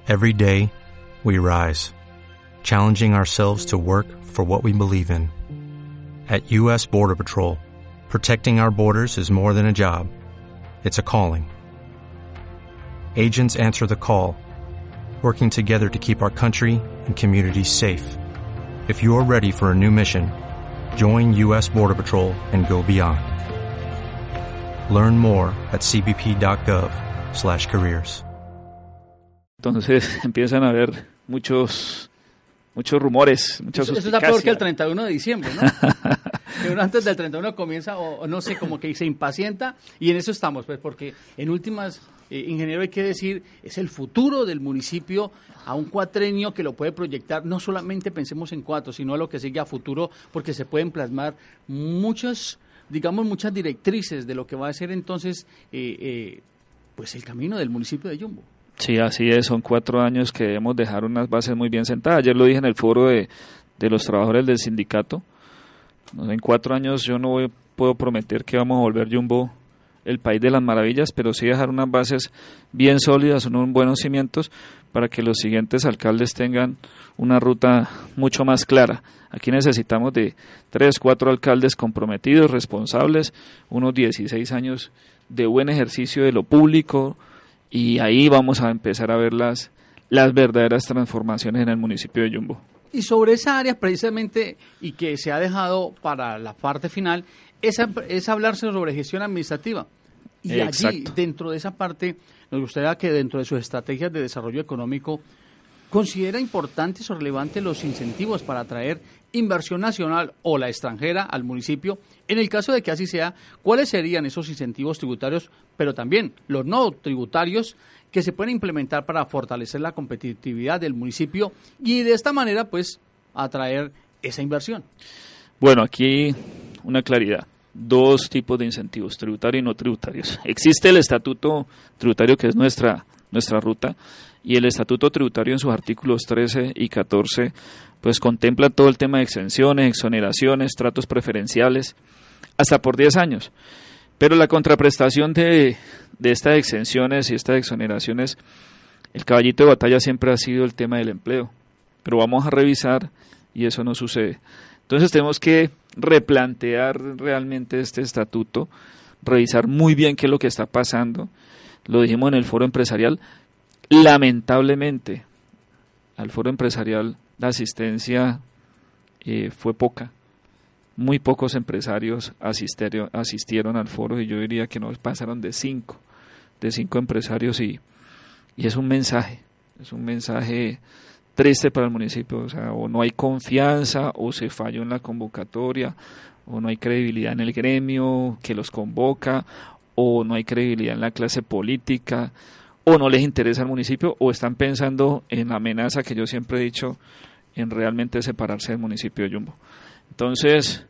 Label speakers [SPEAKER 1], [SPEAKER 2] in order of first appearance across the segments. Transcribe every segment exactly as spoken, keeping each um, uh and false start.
[SPEAKER 1] Every day, we rise, challenging ourselves to work for what we believe in. At U S Border Patrol, protecting our borders is more than a job. It's a calling. Agents answer the call, working together to keep our country and communities safe. If you're ready for a new mission, join U S Border Patrol and go beyond. Learn more at cbp.gov slash careers.
[SPEAKER 2] Entonces empiezan a haber muchos muchos rumores, muchas
[SPEAKER 3] Eso, eso está peor que el treinta y uno de diciembre, ¿no? Que uno antes del treinta y uno comienza, o, o no sé, como que se impacienta, y en eso estamos, pues, porque en últimas, eh, ingeniero, hay que decir, es el futuro del municipio a un cuatrenio que lo puede proyectar, no solamente pensemos en cuatro, sino a lo que sigue a futuro, porque se pueden plasmar muchas, digamos, muchas directrices de lo que va a ser entonces, eh, eh, pues, el camino del municipio de Yumbo.
[SPEAKER 2] Sí, así es, son cuatro años que debemos dejar unas bases muy bien sentadas. Ayer lo dije en el foro de, de los trabajadores del sindicato. En cuatro años yo no voy, puedo prometer que vamos a volver Yumbo el país de las maravillas, pero sí dejar unas bases bien sólidas, unos buenos cimientos para que los siguientes alcaldes tengan una ruta mucho más clara. Aquí necesitamos de tres, cuatro alcaldes comprometidos, responsables, unos dieciséis años de buen ejercicio de lo público, y ahí vamos a empezar a ver las, las verdaderas transformaciones en el municipio de Yumbo.
[SPEAKER 3] Y sobre esa área precisamente, y que se ha dejado para la parte final, es, es hablarse sobre gestión administrativa. Y Exacto. Allí, dentro de esa parte, nos gustaría que dentro de sus estrategias de desarrollo económico, considera importantes o relevantes los incentivos para atraer inversión nacional o la extranjera al municipio. En el caso de que así sea, ¿cuáles serían esos incentivos tributarios, pero también los no tributarios que se pueden implementar para fortalecer la competitividad del municipio y de esta manera, pues, atraer esa inversión?
[SPEAKER 2] Bueno, aquí una claridad. Dos tipos de incentivos, tributarios y no tributarios. Existe el estatuto tributario, que es nuestra, nuestra ruta, y el estatuto tributario en sus artículos trece y catorce pues contempla todo el tema de exenciones, exoneraciones, tratos preferenciales, hasta por diez años. Pero la contraprestación de, de estas exenciones y estas exoneraciones, el caballito de batalla siempre ha sido el tema del empleo. Pero vamos a revisar y eso no sucede. Entonces tenemos que replantear realmente este estatuto, revisar muy bien qué es lo que está pasando. Lo dijimos en el foro empresarial. Lamentablemente, al foro empresarial la asistencia eh, fue poca. Muy pocos empresarios asistieron, asistieron al foro, y yo diría que no pasaron de cinco, de cinco empresarios, y, y es un mensaje, es un mensaje triste para el municipio. O sea, o no hay confianza, o se falló en la convocatoria, o no hay credibilidad en el gremio que los convoca, o no hay credibilidad en la clase política, o no les interesa al municipio, o están pensando en la amenaza que yo siempre he dicho, en realmente separarse del municipio de Yumbo. Entonces,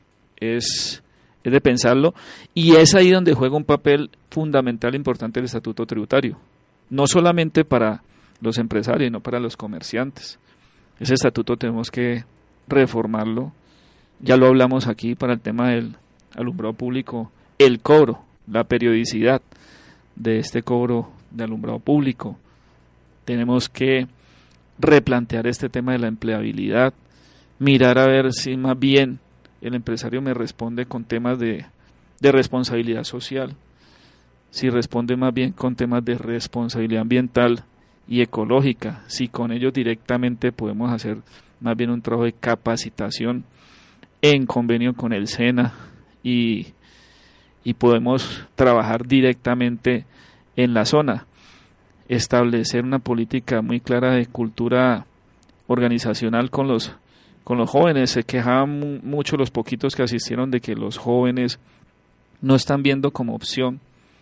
[SPEAKER 2] es, es de pensarlo, y es ahí donde juega un papel fundamental, importante el estatuto tributario, no solamente para los empresarios, sino para los comerciantes. Ese estatuto tenemos que reformarlo, ya lo hablamos aquí para el tema del alumbrado público, el cobro, la periodicidad de este cobro de alumbrado público. Tenemos que replantear este tema de la empleabilidad, mirar a ver si más bien el empresario me responde con temas de, de responsabilidad social, si responde más bien con temas de responsabilidad ambiental y ecológica, si con ellos directamente podemos hacer más bien un trabajo de capacitación en convenio con el SENA, y, y podemos trabajar directamente en la zona, establecer una política muy clara de cultura organizacional con los con los jóvenes. Se quejaban mucho los poquitos que asistieron de que los jóvenes no están viendo como opción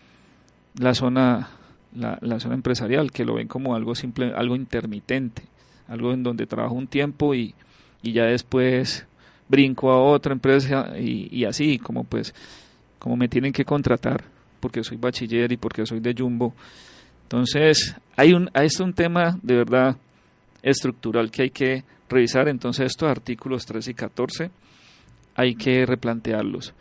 [SPEAKER 2] la zona la, la zona empresarial, que lo ven como algo simple, algo intermitente, algo en donde trabajo un tiempo y, y ya después brinco a otra empresa, y, y así como pues como me tienen que contratar porque soy bachiller y porque soy de Yumbo. Entonces, hay un, es un tema de verdad estructural que hay que revisar. Entonces, estos artículos trece y catorce hay que replantearlos.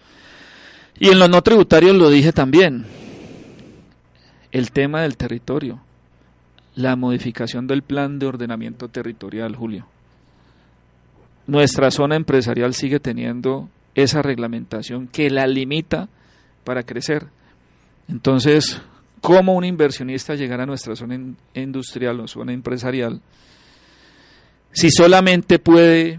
[SPEAKER 2] Y en los no tributarios lo dije también, el tema del territorio. la modificación del plan de ordenamiento territorial, Julio. Nuestra zona empresarial sigue teniendo esa reglamentación que la limita para crecer. Entonces, ¿cómo un inversionista llegará a nuestra zona in- industrial o zona empresarial si solamente puede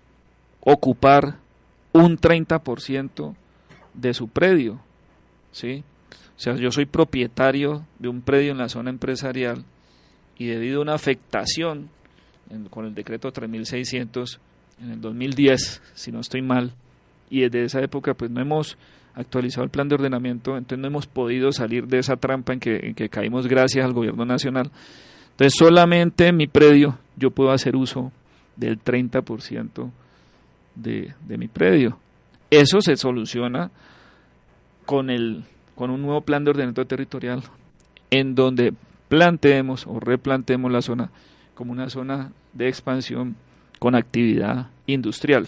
[SPEAKER 2] ocupar un treinta por ciento de su predio? ¿Sí? O sea, yo soy propietario de un predio en la zona empresarial y debido a una afectación en, con el decreto tres mil seiscientos en el dos mil diez, si no estoy mal, y desde esa época pues no hemos actualizado el plan de ordenamiento, entonces no hemos podido salir de esa trampa en que, en que caímos gracias al gobierno nacional. Entonces solamente en mi predio yo puedo hacer uso del treinta por ciento de, de mi predio. Eso se soluciona con, el, con un nuevo plan de ordenamiento territorial en donde planteemos o replanteemos la zona como una zona de expansión con actividad industrial.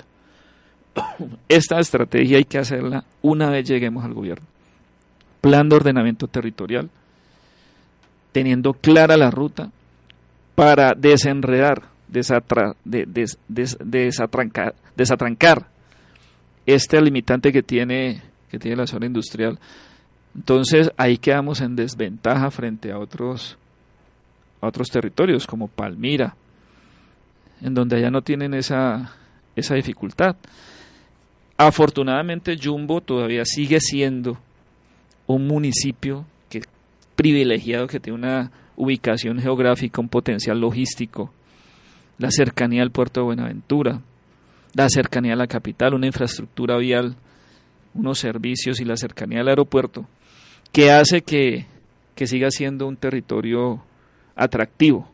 [SPEAKER 2] Esta estrategia hay que hacerla una vez lleguemos al gobierno. Plan de ordenamiento territorial, teniendo clara la ruta para desenredar, desatra, de, des, des, desatrancar, desatrancar este limitante que tiene, que tiene la zona industrial. Entonces ahí quedamos en desventaja frente a otros, a otros territorios como Palmira, en donde allá no tienen esa, esa dificultad. Afortunadamente Jumbo todavía sigue siendo un municipio que privilegiado, que tiene una ubicación geográfica, un potencial logístico, la cercanía al puerto de Buenaventura, la cercanía a la capital, una infraestructura vial, unos servicios y la cercanía al aeropuerto, que hace que, que siga siendo un territorio atractivo.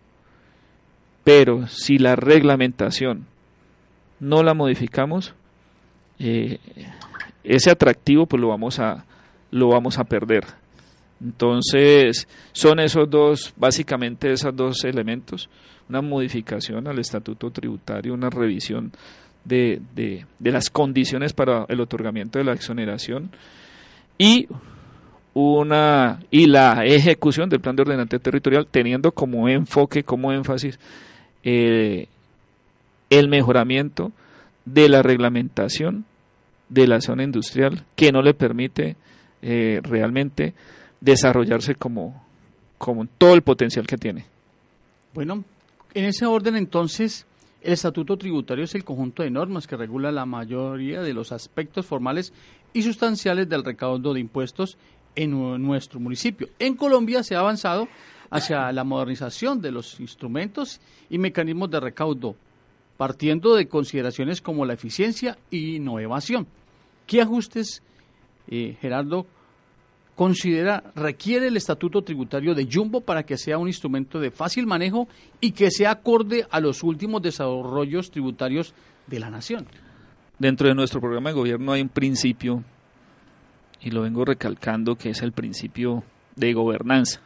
[SPEAKER 2] Pero si la reglamentación no la modificamos, eh, ese atractivo pues lo vamos a lo vamos a perder. Entonces son esos dos, básicamente esos dos elementos: una modificación al estatuto tributario, una revisión de, de, de las condiciones para el otorgamiento de la exoneración y una y la ejecución del plan de ordenamiento territorial, teniendo como enfoque, como énfasis eh, el mejoramiento de la reglamentación de la zona industrial, que no le permite eh, realmente desarrollarse como, como todo el potencial que tiene.
[SPEAKER 3] Bueno, en ese orden entonces, el estatuto tributario es el conjunto de normas que regula la mayoría de los aspectos formales y sustanciales del recaudo de impuestos en nuestro municipio. En Colombia se ha avanzado hacia la modernización de los instrumentos y mecanismos de recaudo, partiendo de consideraciones como la eficiencia y innovación. ¿Qué ajustes, eh, Gerardo, considera requiere el estatuto tributario de Jumbo para que sea un instrumento de fácil manejo y que sea acorde a los últimos desarrollos tributarios de la nación?
[SPEAKER 2] Dentro de nuestro programa de gobierno hay un principio, y lo vengo recalcando, que es el principio de gobernanza.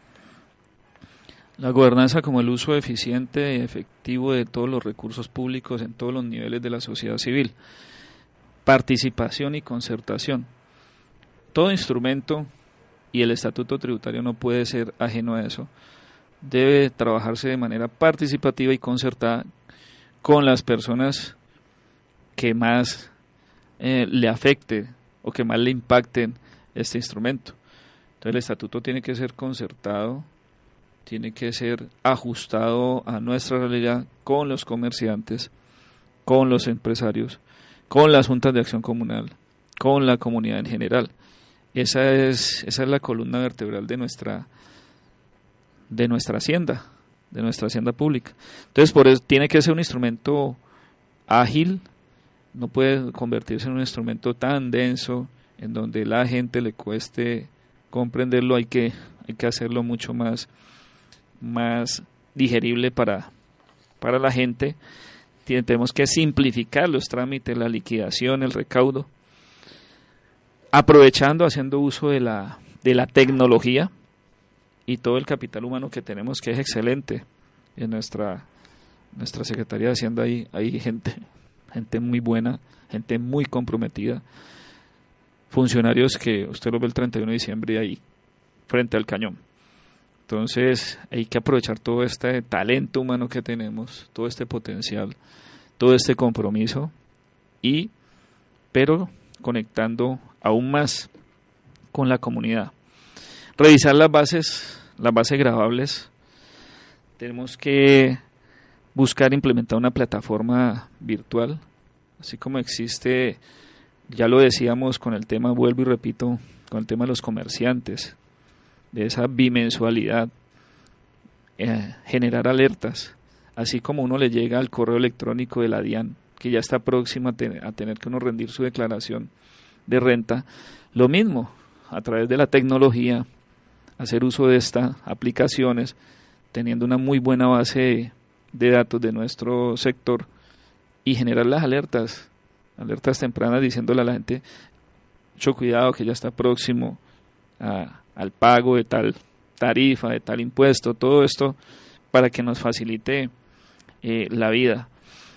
[SPEAKER 2] La gobernanza como el uso eficiente y efectivo de todos los recursos públicos en todos los niveles de la sociedad civil. Participación y concertación. Todo instrumento, y el estatuto tributario no puede ser ajeno a eso, debe trabajarse de manera participativa y concertada con las personas que más eh, le afecte o que más le impacten este instrumento. Entonces el estatuto tiene que ser concertado, tiene que ser ajustado a nuestra realidad con los comerciantes, con los empresarios, con las juntas de acción comunal, con la comunidad en general. Esa es, esa es la columna vertebral de nuestra, de nuestra hacienda, de nuestra hacienda pública. Entonces, por eso tiene que ser un instrumento ágil, no puede convertirse en un instrumento tan denso en donde la gente le cueste comprenderlo. Hay que, hay que hacerlo mucho más, más digerible para, para la gente. Tenemos que simplificar los trámites, la liquidación, el recaudo, aprovechando, haciendo uso de la, de la tecnología y todo el capital humano que tenemos, que es excelente. En nuestra, nuestra Secretaría de Hacienda hay, hay gente, gente muy buena, gente muy comprometida, funcionarios que usted lo ve el treinta y uno de diciembre ahí, frente al cañón. Entonces hay que aprovechar todo este talento humano que tenemos, todo este potencial, todo este compromiso, y pero conectando aún más con la comunidad. Revisar las bases, las bases grabables. Tenemos que buscar implementar una plataforma virtual, así como existe, ya lo decíamos con el tema, vuelvo y repito, con el tema de los comerciantes, de esa bimensualidad, eh, generar alertas, así como uno le llega al correo electrónico de la DIAN, que ya está próxima a, ten, a tener que uno rendir su declaración de renta, lo mismo, a través de la tecnología, hacer uso de estas aplicaciones, teniendo una muy buena base de, de datos de nuestro sector, y generar las alertas, alertas tempranas diciéndole a la gente, mucho cuidado que ya está próximo a, al pago de tal tarifa, de tal impuesto, todo esto para que nos facilite eh, la vida.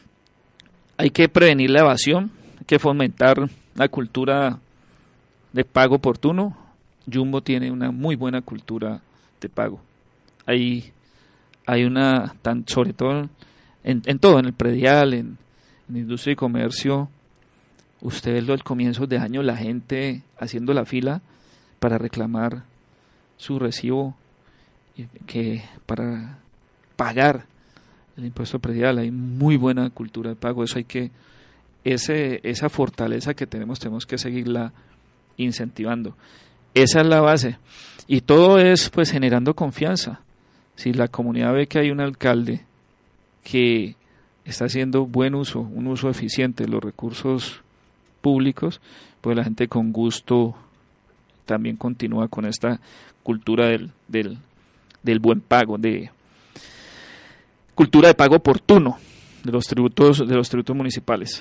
[SPEAKER 2] Hay que prevenir la evasión, hay que fomentar la cultura de pago oportuno. Jumbo tiene una muy buena cultura de pago. Hay, hay una, tan, sobre todo en, en todo, en el predial, en, en industria y comercio, usted ve al comienzo de año la gente haciendo la fila para reclamar su recibo, que para pagar el impuesto predial. Hay muy buena cultura de pago, eso hay que, ese, esa fortaleza que tenemos, tenemos que seguirla incentivando. Esa es la base, y todo es pues generando confianza. Si la comunidad ve que hay un alcalde que está haciendo buen uso, un uso eficiente de los recursos públicos, pues la gente con gusto también continúa con esta cultura del, del, del buen pago, de cultura de pago oportuno de los tributos, de los tributos municipales.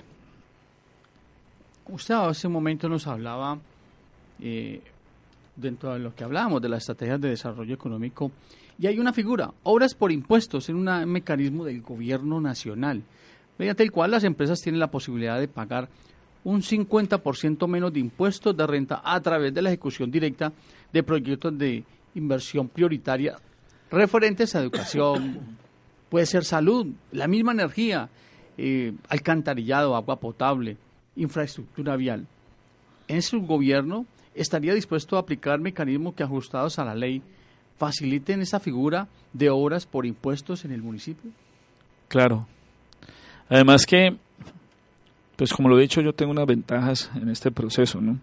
[SPEAKER 3] Usted hace un momento nos hablaba, eh, dentro de lo que hablábamos de las estrategias de desarrollo económico, y hay una figura, obras por impuestos, en un mecanismo del gobierno nacional, mediante el cual las empresas tienen la posibilidad de pagar un cincuenta por ciento menos de impuestos de renta a través de la ejecución directa de proyectos de inversión prioritaria referentes a educación, puede ser salud, la misma energía, eh, alcantarillado, agua potable, infraestructura vial. ¿En su gobierno estaría dispuesto a aplicar mecanismos que, ajustados a la ley, faciliten esa figura de obras por impuestos en el municipio?
[SPEAKER 2] Claro. Además que, pues como lo he dicho, yo tengo unas ventajas en este proceso, ¿no?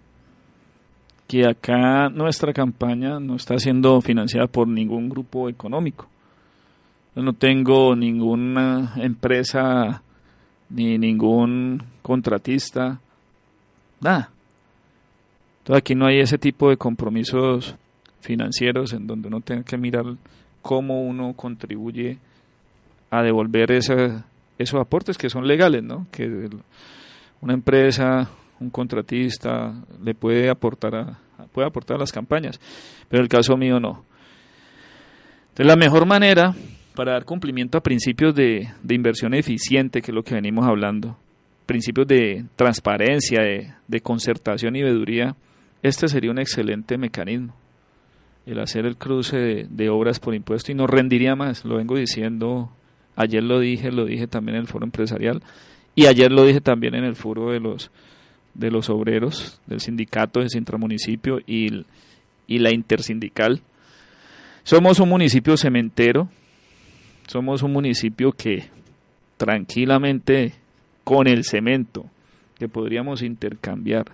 [SPEAKER 2] Que acá nuestra campaña no está siendo financiada por ningún grupo económico. Yo no tengo ninguna empresa ni ningún contratista, nada. Entonces aquí no hay ese tipo de compromisos financieros en donde uno tenga que mirar cómo uno contribuye a devolver esa, esos aportes que son legales, ¿no? Que una empresa, un contratista le puede aportar a, puede aportar a las campañas, pero en el caso mío no. Entonces la mejor manera para dar cumplimiento a principios de, de inversión eficiente, que es lo que venimos hablando, principios de transparencia, de, de concertación y veeduría, este sería un excelente mecanismo, el hacer el cruce de, de obras por impuesto, y nos rendiría más. Lo vengo diciendo, ayer lo dije, lo dije también en el foro empresarial, y ayer lo dije también en el foro de los de los obreros, del sindicato de Sintramunicipio y, y la intersindical. Somos un municipio cementero, somos un municipio que tranquilamente con el cemento que podríamos intercambiar,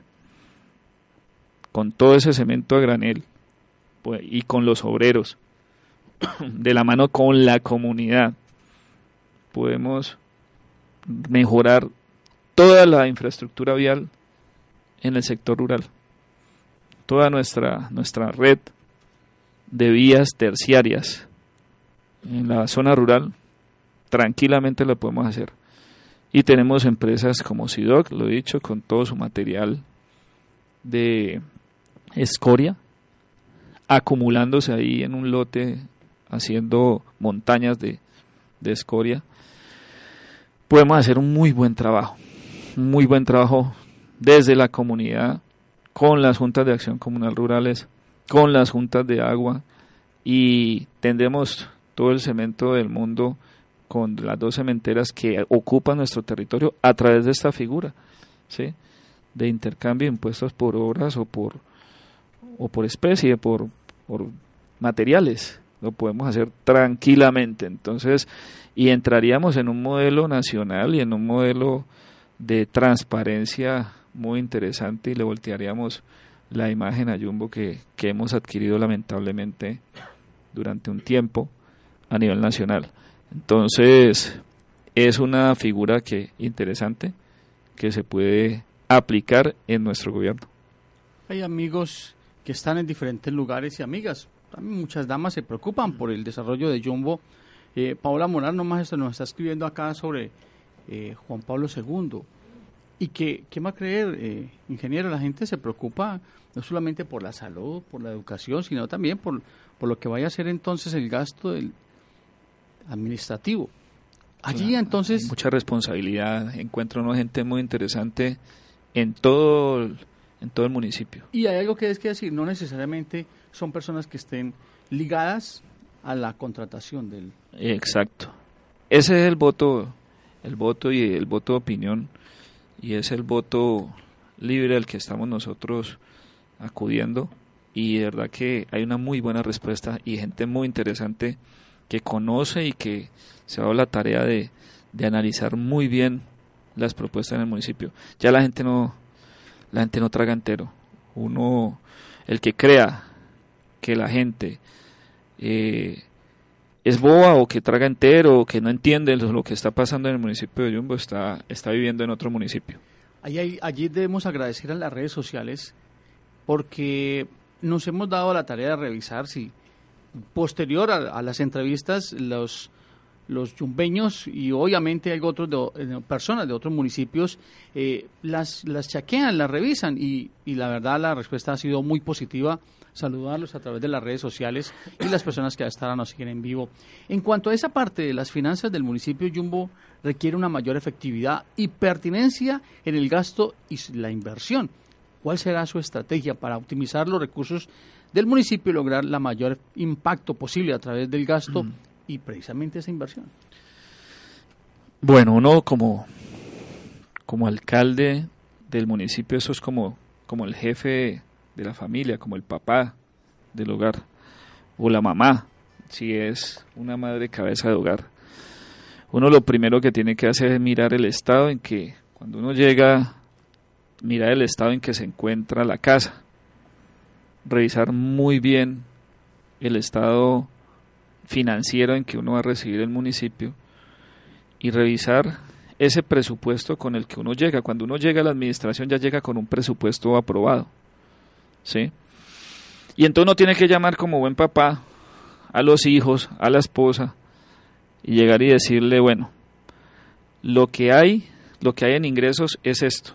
[SPEAKER 2] con todo ese cemento a granel, pues, y con los obreros, de la mano con la comunidad, podemos mejorar toda la infraestructura vial en el sector rural. Toda nuestra, nuestra red de vías terciarias en la zona rural, tranquilamente la podemos hacer. Y tenemos empresas como SIDOC, lo he dicho, con todo su material de escoria, acumulándose ahí en un lote, haciendo montañas de, de escoria. Podemos hacer un muy buen trabajo, un muy buen trabajo desde la comunidad, con las juntas de acción comunal rurales, con las juntas de agua, y tendremos todo el cemento del mundo con las dos cementeras que ocupan nuestro territorio a través de esta figura, ¿sí?, de intercambio de impuestos por horas o por o por especie, por, por materiales. Lo podemos hacer tranquilamente. Entonces, y entraríamos en un modelo nacional y en un modelo de transparencia muy interesante, y le voltearíamos la imagen a Jumbo que, que hemos adquirido lamentablemente durante un tiempo a nivel nacional. Entonces, es una figura que interesante que se puede aplicar en nuestro gobierno.
[SPEAKER 3] Hay amigos que están en diferentes lugares y amigas. También muchas damas se preocupan por el desarrollo de Jumbo. Eh, Paola Monar nomás nos está escribiendo acá sobre eh, Juan Pablo segundo. Y que, ¿qué va a creer, eh, ingeniero? La gente se preocupa no solamente por la salud, por la educación, sino también por, por lo que vaya a ser entonces el gasto del administrativo. Allí
[SPEAKER 2] Claro,
[SPEAKER 3] entonces...
[SPEAKER 2] hay mucha responsabilidad. Encuentro una gente muy interesante en todo el, en todo el municipio.
[SPEAKER 3] Y hay algo que es que decir, no necesariamente son personas que estén ligadas a la contratación del...
[SPEAKER 2] Exacto. Ese es el voto, el voto y el voto de opinión, y es el voto libre al que estamos nosotros acudiendo, y de verdad que hay una muy buena respuesta y gente muy interesante que conoce y que se ha dado la tarea de, de analizar muy bien las propuestas en el municipio. Ya la gente no la gente no traga entero. Uno, el que crea que la gente eh, es boba o que traga entero o que no entiende lo que está pasando en el municipio de Jumbo, está, está viviendo en otro municipio.
[SPEAKER 3] Allí, allí debemos agradecer a las redes sociales porque nos hemos dado la tarea de revisar si posterior a, a las entrevistas los los yumbeños y obviamente hay otros de, de personas de otros municipios eh, las las chequean, las revisan y, y la verdad la respuesta ha sido muy positiva. Saludarlos a través de las redes sociales y las personas que hasta ahora nos siguen en vivo. En cuanto a esa parte de las finanzas del municipio, Jumbo requiere una mayor efectividad y pertinencia en el gasto y la inversión. ¿Cuál será su estrategia para optimizar los recursos del municipio y lograr la mayor impacto posible a través del gasto mm. y precisamente esa inversión?
[SPEAKER 2] Bueno, uno como, como alcalde del municipio, eso es como, como el jefe de la familia, como el papá del hogar, o la mamá, si es una madre cabeza de hogar. Uno lo primero que tiene que hacer es mirar el estado en que, cuando uno llega, mirar el estado en que se encuentra la casa, revisar muy bien el estado financiero en que uno va a recibir el municipio y revisar ese presupuesto con el que uno llega. Cuando uno llega a la administración ya llega con un presupuesto aprobado, ¿sí? Y entonces uno tiene que llamar como buen papá a los hijos, a la esposa y llegar y decirle, bueno, lo que hay, lo que hay en ingresos es esto.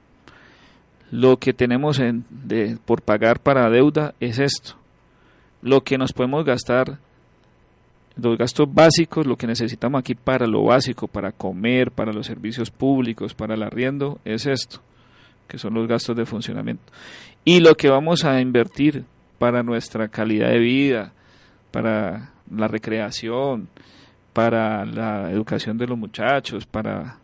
[SPEAKER 2] Lo que tenemos en, de, por pagar para deuda es esto. Lo que nos podemos gastar, los gastos básicos, lo que necesitamos aquí para lo básico, para comer, para los servicios públicos, para el arriendo, es esto, que son los gastos de funcionamiento. Y lo que vamos a invertir para nuestra calidad de vida, para la recreación, para la educación de los muchachos, para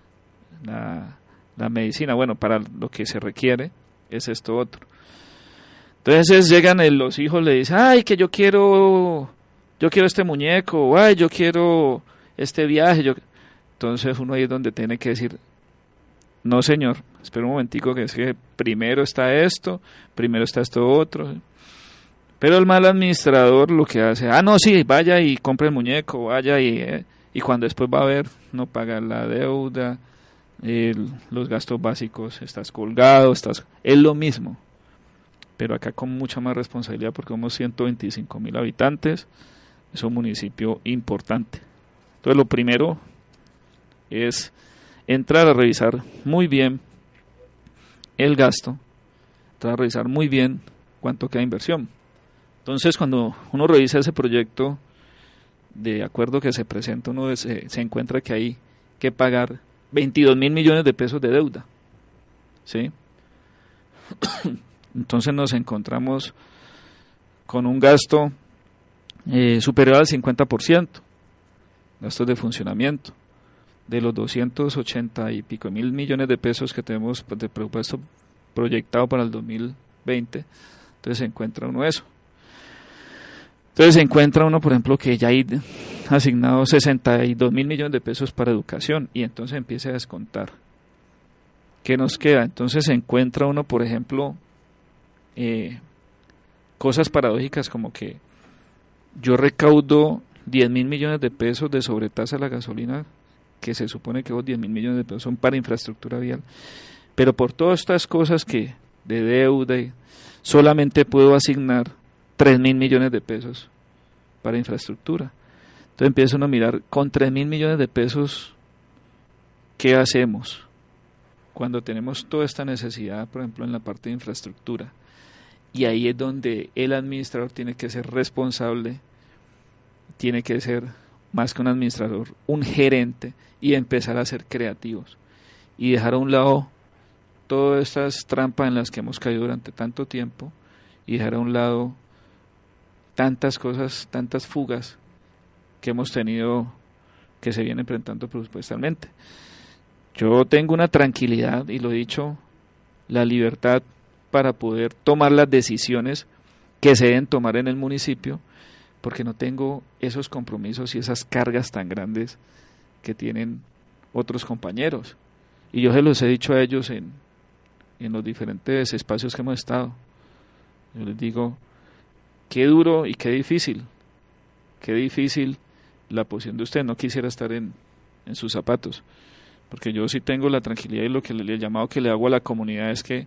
[SPEAKER 2] la, la medicina, bueno, para lo que se requiere, es esto otro. Entonces llegan el, los hijos, le dicen, ay, que yo quiero, yo quiero este muñeco, ay, yo quiero este viaje. Yo... Entonces uno ahí es donde tiene que decir, no señor, espera un momentico, que es que primero está esto, primero está esto otro. Pero el mal administrador lo que hace, ah, no, sí, vaya y compre el muñeco, vaya y, eh, y cuando después va a ver, no paga la deuda, el, los gastos básicos, estás colgado, estás, es lo mismo. Pero acá con mucha más responsabilidad porque somos ciento veinticinco mil habitantes, es un municipio importante. Entonces lo primero es entrar a revisar muy bien el gasto, entrar a revisar muy bien cuánto queda inversión. Entonces cuando uno revisa ese proyecto, de acuerdo que se presenta, uno se, se encuentra que hay que pagar veintidós mil millones de pesos de deuda, ¿sí? Entonces nos encontramos con un gasto eh, superior al cincuenta por ciento, gastos de funcionamiento, de los doscientos ochenta y pico mil millones de pesos que tenemos de presupuesto proyectado para el dos mil veinte, entonces se encuentra uno eso. Entonces se encuentra uno, por ejemplo, que ya hay asignado sesenta y dos mil millones de pesos para educación, y entonces empieza a descontar. ¿Qué nos queda? Entonces se encuentra uno, por ejemplo, eh, cosas paradójicas como que yo recaudo diez mil millones de pesos de sobretasa a la gasolina, que se supone que esos diez mil millones de pesos son para infraestructura vial, pero por todas estas cosas que de deuda solamente puedo asignar tres mil millones de pesos para infraestructura. Entonces empieza uno a mirar, con tres mil millones de pesos, ¿qué hacemos? Cuando tenemos toda esta necesidad, por ejemplo, en la parte de infraestructura. Y ahí es donde el administrador tiene que ser responsable, tiene que ser más que un administrador, un gerente, y empezar a ser creativos y dejar a un lado todas estas trampas en las que hemos caído durante tanto tiempo y dejar a un lado tantas cosas, tantas fugas que hemos tenido, que se vienen enfrentando presupuestalmente. Yo tengo una tranquilidad, y lo he dicho, la libertad para poder tomar las decisiones que se deben tomar en el municipio, porque no tengo esos compromisos y esas cargas tan grandes que tienen otros compañeros. Y yo se los he dicho a ellos en, en los diferentes espacios que hemos estado. Yo les digo, qué duro y qué difícil, qué difícil la posición de usted. No quisiera estar en, en sus zapatos, porque yo sí tengo la tranquilidad, y lo que le, el llamado que le hago a la comunidad es que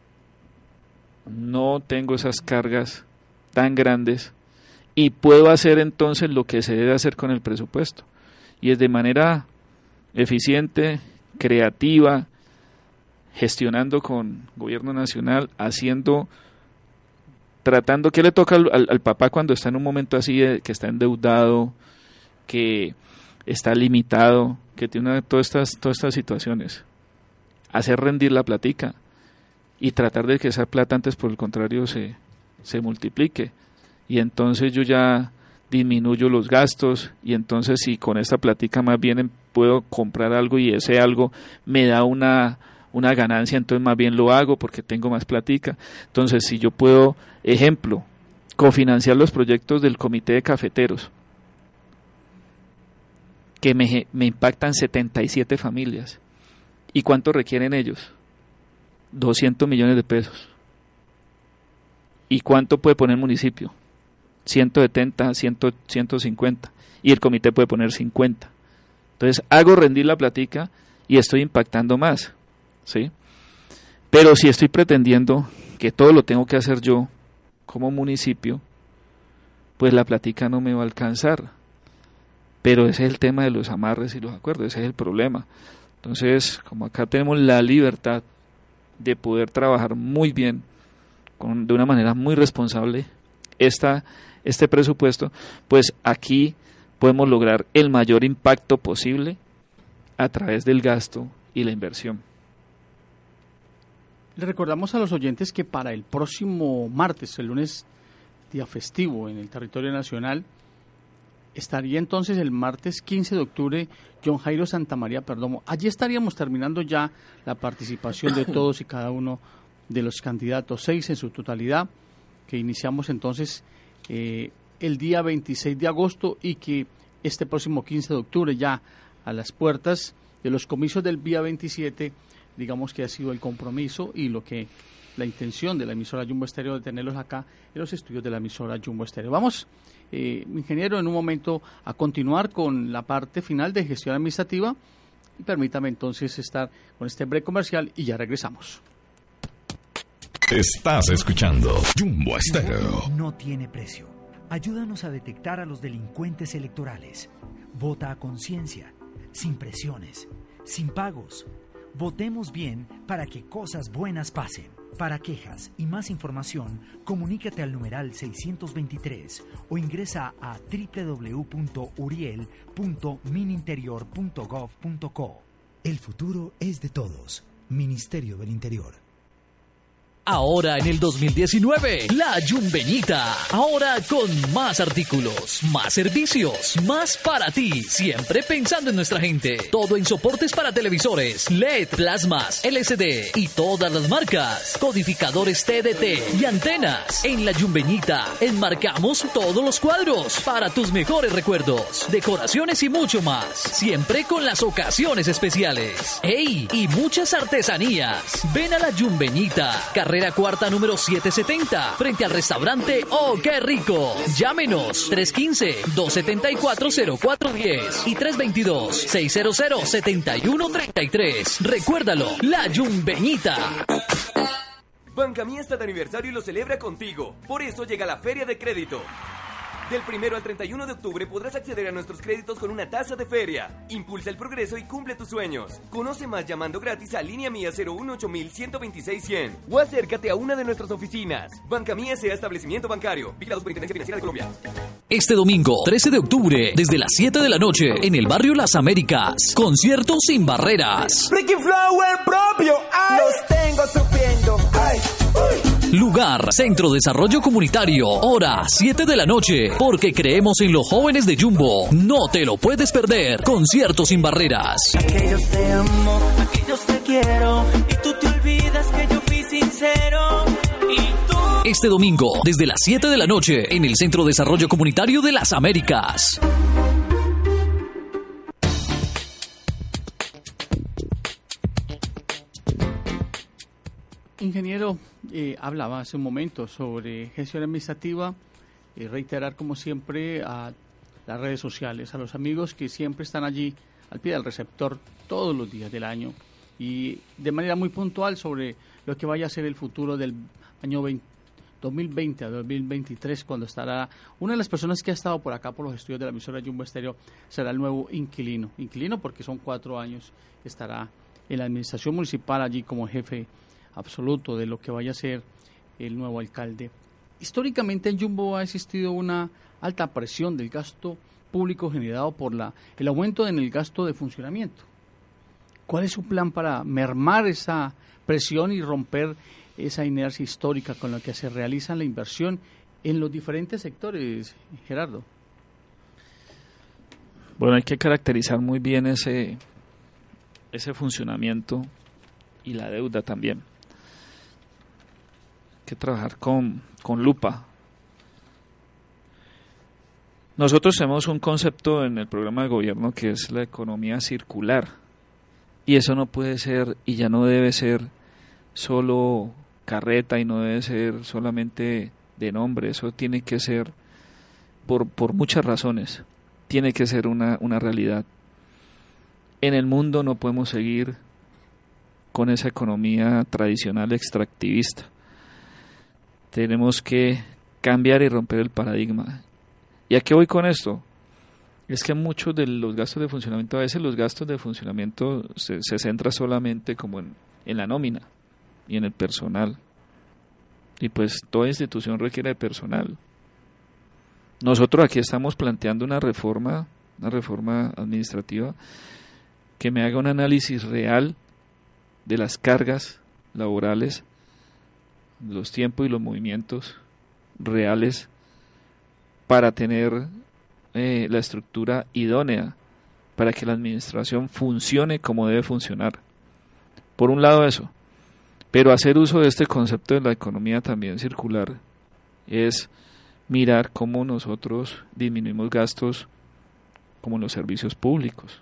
[SPEAKER 2] no tengo esas cargas tan grandes y puedo hacer entonces lo que se debe hacer con el presupuesto, y es de manera eficiente, creativa, gestionando con gobierno nacional, haciendo, tratando. ¿Qué le toca al, al, al papá cuando está en un momento así, de, que está endeudado, que está limitado, que tiene una, todas estas todas estas situaciones? Hacer rendir la platica y tratar de que esa plata antes, por el contrario, se, se multiplique, y entonces yo ya disminuyo los gastos, y entonces si con esta platica más bien puedo comprar algo y ese algo me da una, una ganancia, entonces más bien lo hago porque tengo más platica. Entonces si yo puedo, ejemplo, cofinanciar los proyectos del comité de cafeteros, que me, me impactan setenta y siete familias. ¿Y cuánto requieren ellos? doscientos millones de pesos. ¿Y cuánto puede poner el municipio? ciento setenta, cien, ciento cincuenta. Y el comité puede poner cincuenta. Entonces hago rendir la platica y estoy impactando más, ¿sí? Pero si estoy pretendiendo que todo lo tengo que hacer yo como municipio, pues la platica no me va a alcanzar. Pero ese es el tema de los amarres y los acuerdos, ese es el problema. Entonces, como acá tenemos la libertad de poder trabajar muy bien, con, de una manera muy responsable, esta, este presupuesto, pues aquí podemos lograr el mayor impacto posible a través del gasto y la inversión.
[SPEAKER 3] Le recordamos a los oyentes que para el próximo martes, el lunes, día festivo en el territorio nacional, estaría entonces el martes quince de octubre John Jairo Santamaría Perdomo. Allí estaríamos terminando ya la participación de todos y cada uno de los candidatos, seis en su totalidad, que iniciamos entonces eh, el día veintiséis de agosto, y que este próximo quince de octubre, ya a las puertas de los comicios del día veintisiete, digamos que ha sido el compromiso y lo que la intención de la emisora Jumbo Estéreo de tenerlos acá en los estudios de la emisora Jumbo Estéreo. Vamos, eh, ingeniero, en un momento a continuar con la parte final de gestión administrativa, y permítame entonces estar con este break comercial y ya regresamos.
[SPEAKER 4] Estás escuchando Jumbo Estéreo.
[SPEAKER 5] No tiene precio. Ayúdanos a detectar a los delincuentes electorales. Vota a conciencia, sin presiones, sin pagos. Votemos bien para que cosas buenas pasen. Para quejas y más información, comunícate al numeral seiscientos veintitrés o ingresa a doble u doble u doble u punto uriel punto mininterior punto gov punto co.
[SPEAKER 6] El futuro es de todos. Ministerio del Interior. Ahora en el dos mil diecinueve, La Yumbeñita. Ahora con más artículos, más servicios, más para ti. Siempre pensando en nuestra gente. Todo en soportes para televisores, L E D, plasmas, L C D y todas las marcas. Codificadores T D T y antenas. En La Yumbeñita enmarcamos todos los cuadros para tus mejores recuerdos, decoraciones y mucho más. Siempre con las ocasiones especiales. ¡Ey! Y muchas artesanías. Ven a La Yumbeñita, carrera cuarta número setecientos setenta, frente al restaurante ¡Oh, qué rico! Llámenos tres uno cinco, dos siete cuatro, cero cuatro uno cero y tres dos dos, seis cero cero, siete uno tres tres. Recuérdalo, La Yumbeñita.
[SPEAKER 7] Banca Mía está de aniversario y lo celebra contigo. Por eso llega la Feria de Crédito. Del primero al treinta y uno de octubre podrás acceder a nuestros créditos con una tasa de feria. Impulsa el progreso y cumple tus sueños. Conoce más llamando gratis a Línea Mía cero uno ocho mil ciento veintiséis cien o acércate a una de nuestras oficinas. Banca Mía sea establecimiento bancario. Vigilado Superintendencia Financiera de Colombia.
[SPEAKER 6] Este domingo, trece de octubre, desde las siete de la noche, en el barrio Las Américas, concierto sin barreras.
[SPEAKER 8] Ricky Flower propio, ay, los tengo sufriendo, ay, uy.
[SPEAKER 6] Lugar, Centro Desarrollo Comunitario, hora siete de la noche, porque creemos en los jóvenes de Jumbo. No te lo puedes perder. Concierto sin barreras.
[SPEAKER 8] Aquellos te amo, aquellos te quiero, y tú te olvidas que yo fui sincero. Y tú...
[SPEAKER 6] Este domingo, desde las siete de la noche, en el Centro Desarrollo Comunitario de Las Américas.
[SPEAKER 3] Ingeniero, eh, hablaba hace un momento sobre gestión administrativa y reiterar como siempre a las redes sociales, a los amigos que siempre están allí al pie del receptor todos los días del año y de manera muy puntual sobre lo que vaya a ser el futuro del año veinte, dos mil veinte a dos mil veintitrés, cuando estará una de las personas que ha estado por acá por los estudios de la emisora Jumbo Estéreo, será el nuevo inquilino, inquilino porque son cuatro años, estará en la administración municipal allí como jefe absoluto de lo que vaya a ser el nuevo alcalde. Históricamente en Jumbo ha existido una alta presión del gasto público generado por la, el aumento en el gasto de funcionamiento. ¿Cuál es su plan para mermar esa presión y romper esa inercia histórica con la que se realiza la inversión en los diferentes sectores, Gerardo?
[SPEAKER 2] Bueno, hay que caracterizar muy bien ese, ese funcionamiento y la deuda también. Hay que trabajar con, con lupa. Nosotros tenemos un concepto en el programa de gobierno que es la economía circular, y eso no puede ser y ya no debe ser solo carreta y no debe ser solamente de nombre, eso tiene que ser por, por muchas razones, tiene que ser una, una realidad. En el mundo no podemos seguir con esa economía tradicional extractivista. Tenemos que cambiar y romper el paradigma. ¿Y a qué voy con esto? Es que muchos de los gastos de funcionamiento, a veces los gastos de funcionamiento se, se centra solamente como en, en la nómina y en el personal. Y pues toda institución requiere de personal. Nosotros aquí estamos planteando una reforma, una reforma administrativa que me haga un análisis real de las cargas laborales, los tiempos y los movimientos reales para tener eh, la estructura idónea para que la administración funcione como debe funcionar. Por un lado eso, pero hacer uso de este concepto de la economía también circular es mirar cómo nosotros disminuimos gastos como en los servicios públicos,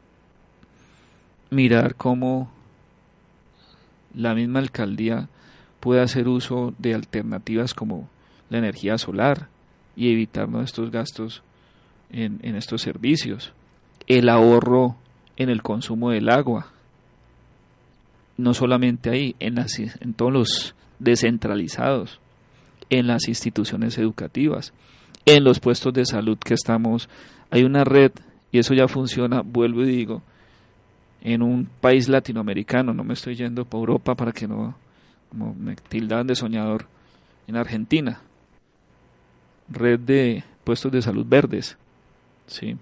[SPEAKER 2] mirar cómo la misma alcaldía puede hacer uso de alternativas como la energía solar y evitarnos estos gastos en, en estos servicios, el ahorro en el consumo del agua, no solamente ahí, en, las, en todos los descentralizados, en las instituciones educativas, en los puestos de salud que estamos, hay una red y eso ya funciona, vuelvo y digo, en un país latinoamericano, no me estoy yendo para Europa para que no, como me tildan de soñador, en Argentina, red de puestos de salud verdes, ¿sí?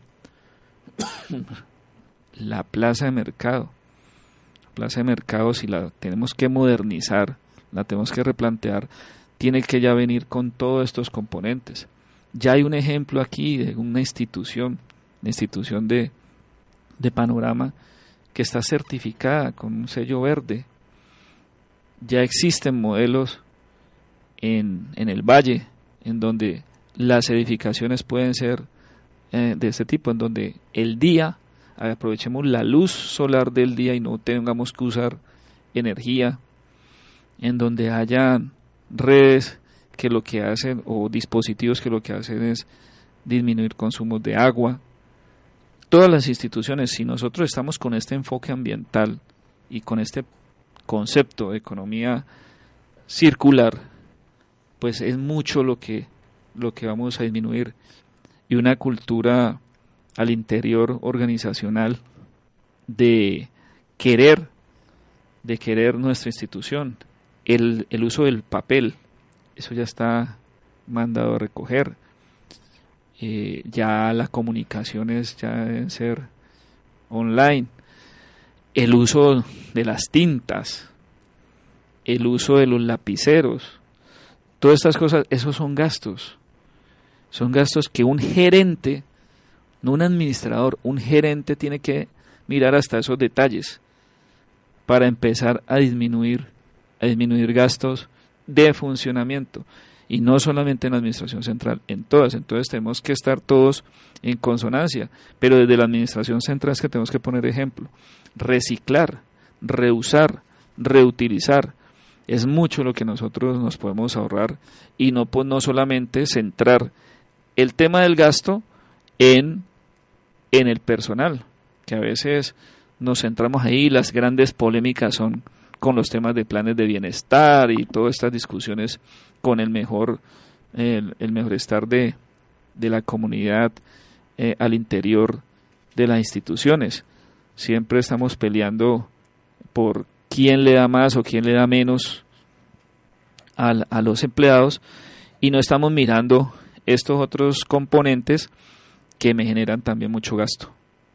[SPEAKER 2] La plaza de mercado, la plaza de mercado si la tenemos que modernizar, la tenemos que replantear, tiene que ya venir con todos estos componentes. Ya hay un ejemplo aquí de una institución, una institución de, de Panorama, que está certificada con un sello verde. Ya existen modelos en, en el valle, en donde las edificaciones pueden ser eh, de este tipo, en donde el día, aprovechemos la luz solar del día y no tengamos que usar energía, en donde haya redes que lo que hacen, o dispositivos que lo que hacen es disminuir consumos de agua. Todas las instituciones, si nosotros estamos con este enfoque ambiental y con este concepto de economía circular, pues es mucho lo que, lo que vamos a disminuir. Y una cultura al interior organizacional de querer, de querer nuestra institución. El, el uso del papel, eso ya está mandado a recoger. Eh, ya las comunicaciones ya deben ser online. El uso de las tintas, el uso de los lapiceros, todas estas cosas, esos son gastos. Son gastos que un gerente, no un administrador, un gerente tiene que mirar hasta esos detalles para empezar a disminuir, a disminuir gastos de funcionamiento. Y no solamente en la administración central, en todas. Entonces tenemos que estar todos en consonancia, pero desde la administración central es que tenemos que poner ejemplo. Reciclar, reusar, reutilizar, es mucho lo que nosotros nos podemos ahorrar, y no, pues, no solamente centrar el tema del gasto en, en el personal, que a veces nos centramos ahí, las grandes polémicas son con los temas de planes de bienestar y todas estas discusiones con el mejor el, el mejor estar de, de la comunidad eh, al interior de las instituciones. Siempre estamos peleando por quién le da más o quién le da menos al, a los empleados, y no estamos mirando estos otros componentes que me generan también mucho gasto.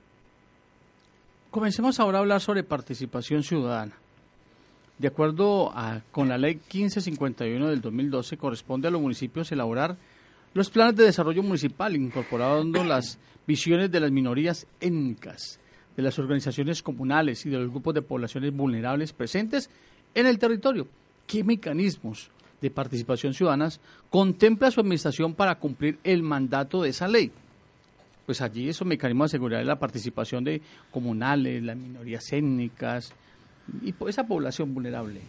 [SPEAKER 3] Comencemos ahora a hablar sobre participación ciudadana. De acuerdo a, con la ley quince cincuenta y uno del dos mil doce, corresponde a los municipios elaborar los planes de desarrollo municipal, incorporando las visiones de las minorías étnicas, de las organizaciones comunales y de los grupos de poblaciones vulnerables presentes en el territorio. ¿Qué mecanismos de participación ciudadana contempla su administración para cumplir el mandato de esa ley? Pues allí esos mecanismos de seguridad de la participación de comunales, las minorías étnicas y esa población vulnerable.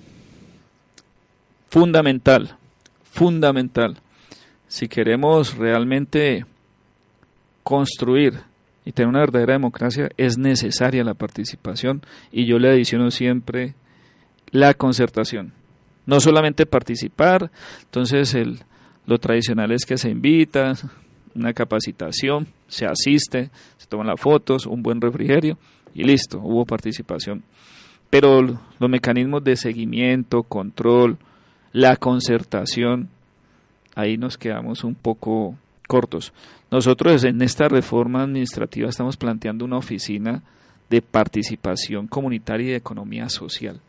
[SPEAKER 2] Fundamental, fundamental. Si queremos realmente construir y tener una verdadera democracia, es necesaria la participación, y yo le adiciono siempre la concertación. No solamente participar, entonces el, lo tradicional es que se invita, una capacitación, se asiste, se toman las fotos, un buen refrigerio y listo, hubo participación. Pero los mecanismos de seguimiento, control, la concertación, ahí nos quedamos un poco cortos. Nosotros en esta reforma administrativa estamos planteando una oficina de participación comunitaria y de economía social.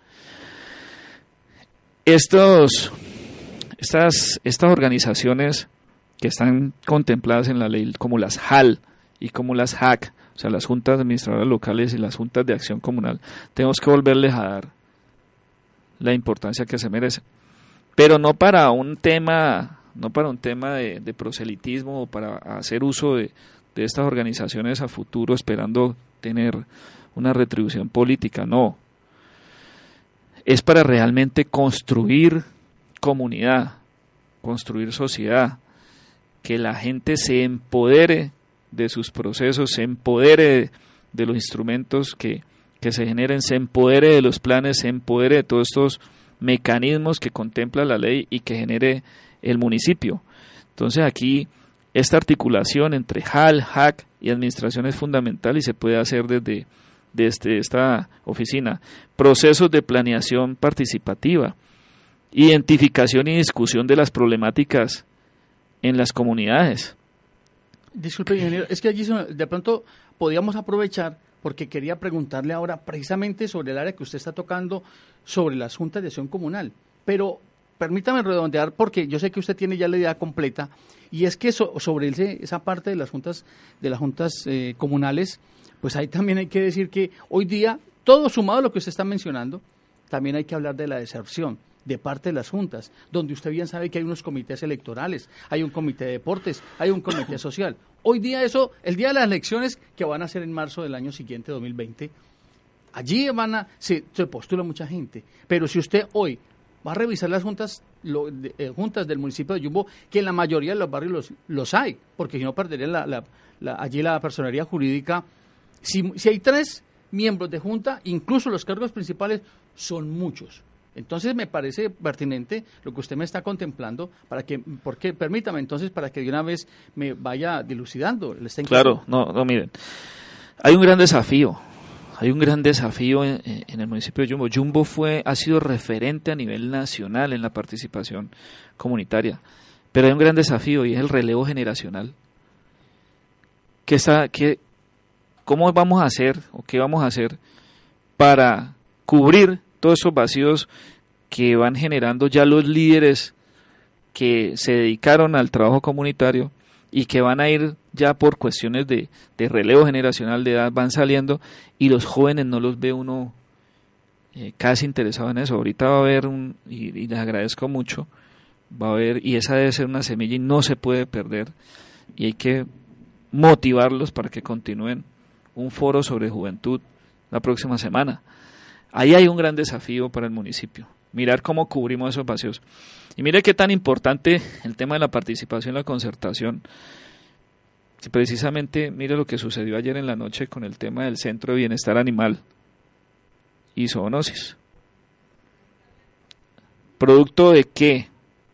[SPEAKER 2] Estos, estas, estas organizaciones que están contempladas en la ley, como las H A L y como las H A C, o sea, las juntas administradoras locales y las juntas de acción comunal, tenemos que volverles a dar la importancia que se merecen, pero no para un tema, no para un tema de, de proselitismo o para hacer uso de, de estas organizaciones a futuro esperando tener una retribución política, no. Es para realmente construir comunidad, construir sociedad, que la gente se empodere de sus procesos, se empodere de los instrumentos que, que se generen, se empodere de los planes, se empodere de todos estos mecanismos que contempla la ley y que genere el municipio. Entonces aquí esta articulación entre H A L, H A C y administración es fundamental, y se puede hacer desde, desde esta oficina. Procesos de planeación participativa, identificación y discusión de las problemáticas en las comunidades.
[SPEAKER 3] Disculpe, ingeniero, es que allí de pronto podíamos aprovechar, porque quería preguntarle ahora precisamente sobre el área que usted está tocando, sobre las juntas de acción comunal. pero permítame redondear porque yo sé que usted tiene ya la idea completa, y es que so, sobre ese, esa parte de las juntas, de las juntas eh, comunales, pues ahí también hay que decir que hoy día, todo sumado a lo que usted está mencionando, también hay que hablar de la deserción de parte de las juntas, donde usted bien sabe que hay unos comités electorales, hay un comité de deportes, hay un comité social. Hoy día eso, el día de las elecciones que van a ser en marzo del año siguiente, dos mil veinte, allí van a, se, se postula mucha gente, pero si usted hoy va a revisar las juntas lo, de, eh, juntas del municipio de Yumbo, que en la mayoría de los barrios los, los hay, porque si no perdería la, la, la, allí la personería jurídica. Si, si hay tres miembros de junta, incluso los cargos principales son muchos. Entonces me parece pertinente lo que usted me está contemplando, para que, porque permítame entonces para que de una vez me vaya dilucidando.
[SPEAKER 2] Claro, no, no, miren, hay un gran desafío, hay un gran desafío en, en el municipio de Yumbo. Yumbo fue, ha sido referente a nivel nacional en la participación comunitaria, pero hay un gran desafío y es el relevo generacional. ¿Qué está, qué, cómo vamos a hacer o qué vamos a hacer para cubrir todos esos vacíos que van generando ya los líderes que se dedicaron al trabajo comunitario y que van a ir ya por cuestiones de, de relevo generacional de edad, van saliendo, y los jóvenes no los ve uno eh, casi interesado en eso? Ahorita va a haber un, y, y les agradezco mucho, va a haber, y esa debe ser una semilla y no se puede perder, y hay que motivarlos para que continúen un foro sobre juventud la próxima semana. Ahí hay un gran desafío para el municipio, mirar cómo cubrimos esos vacíos. Y mire qué tan importante el tema de la participación y la concertación. Precisamente, mire lo que sucedió ayer en la noche con el tema del Centro de Bienestar Animal y zoonosis. ¿Producto de qué?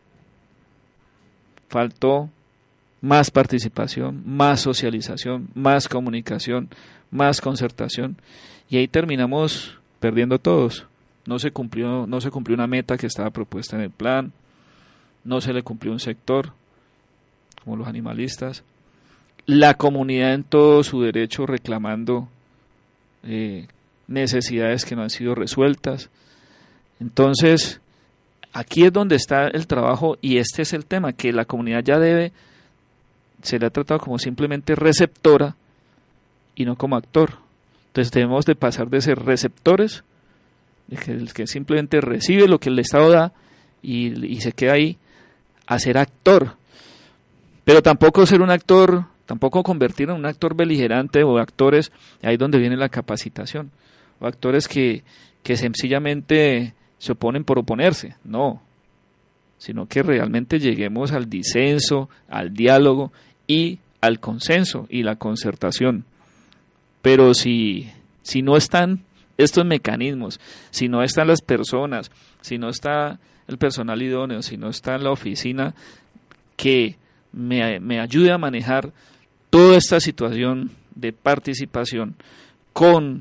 [SPEAKER 2] Faltó más participación, más socialización, más comunicación, más concertación, y ahí terminamos perdiendo todos. No se cumplió, no se cumplió una meta que estaba propuesta en el plan, no se le cumplió un sector, como los animalistas, la comunidad en todo su derecho reclamando eh, necesidades que no han sido resueltas. Entonces, aquí es donde está el trabajo, y este es el tema, que la comunidad ya debe, se le ha tratado como simplemente receptora y no como actor. Entonces debemos de pasar de ser receptores, de que el que simplemente recibe lo que el Estado da y, y se queda ahí, a ser actor. Pero tampoco ser un actor, tampoco convertir en un actor beligerante o actores, ahí es donde viene la capacitación, o actores que, que sencillamente se oponen por oponerse, no, sino que realmente lleguemos al disenso, al diálogo y al consenso y la concertación. Pero si, si no están estos mecanismos, si no están las personas, si no está el personal idóneo, si no está la oficina que me, me ayude a manejar toda esta situación de participación con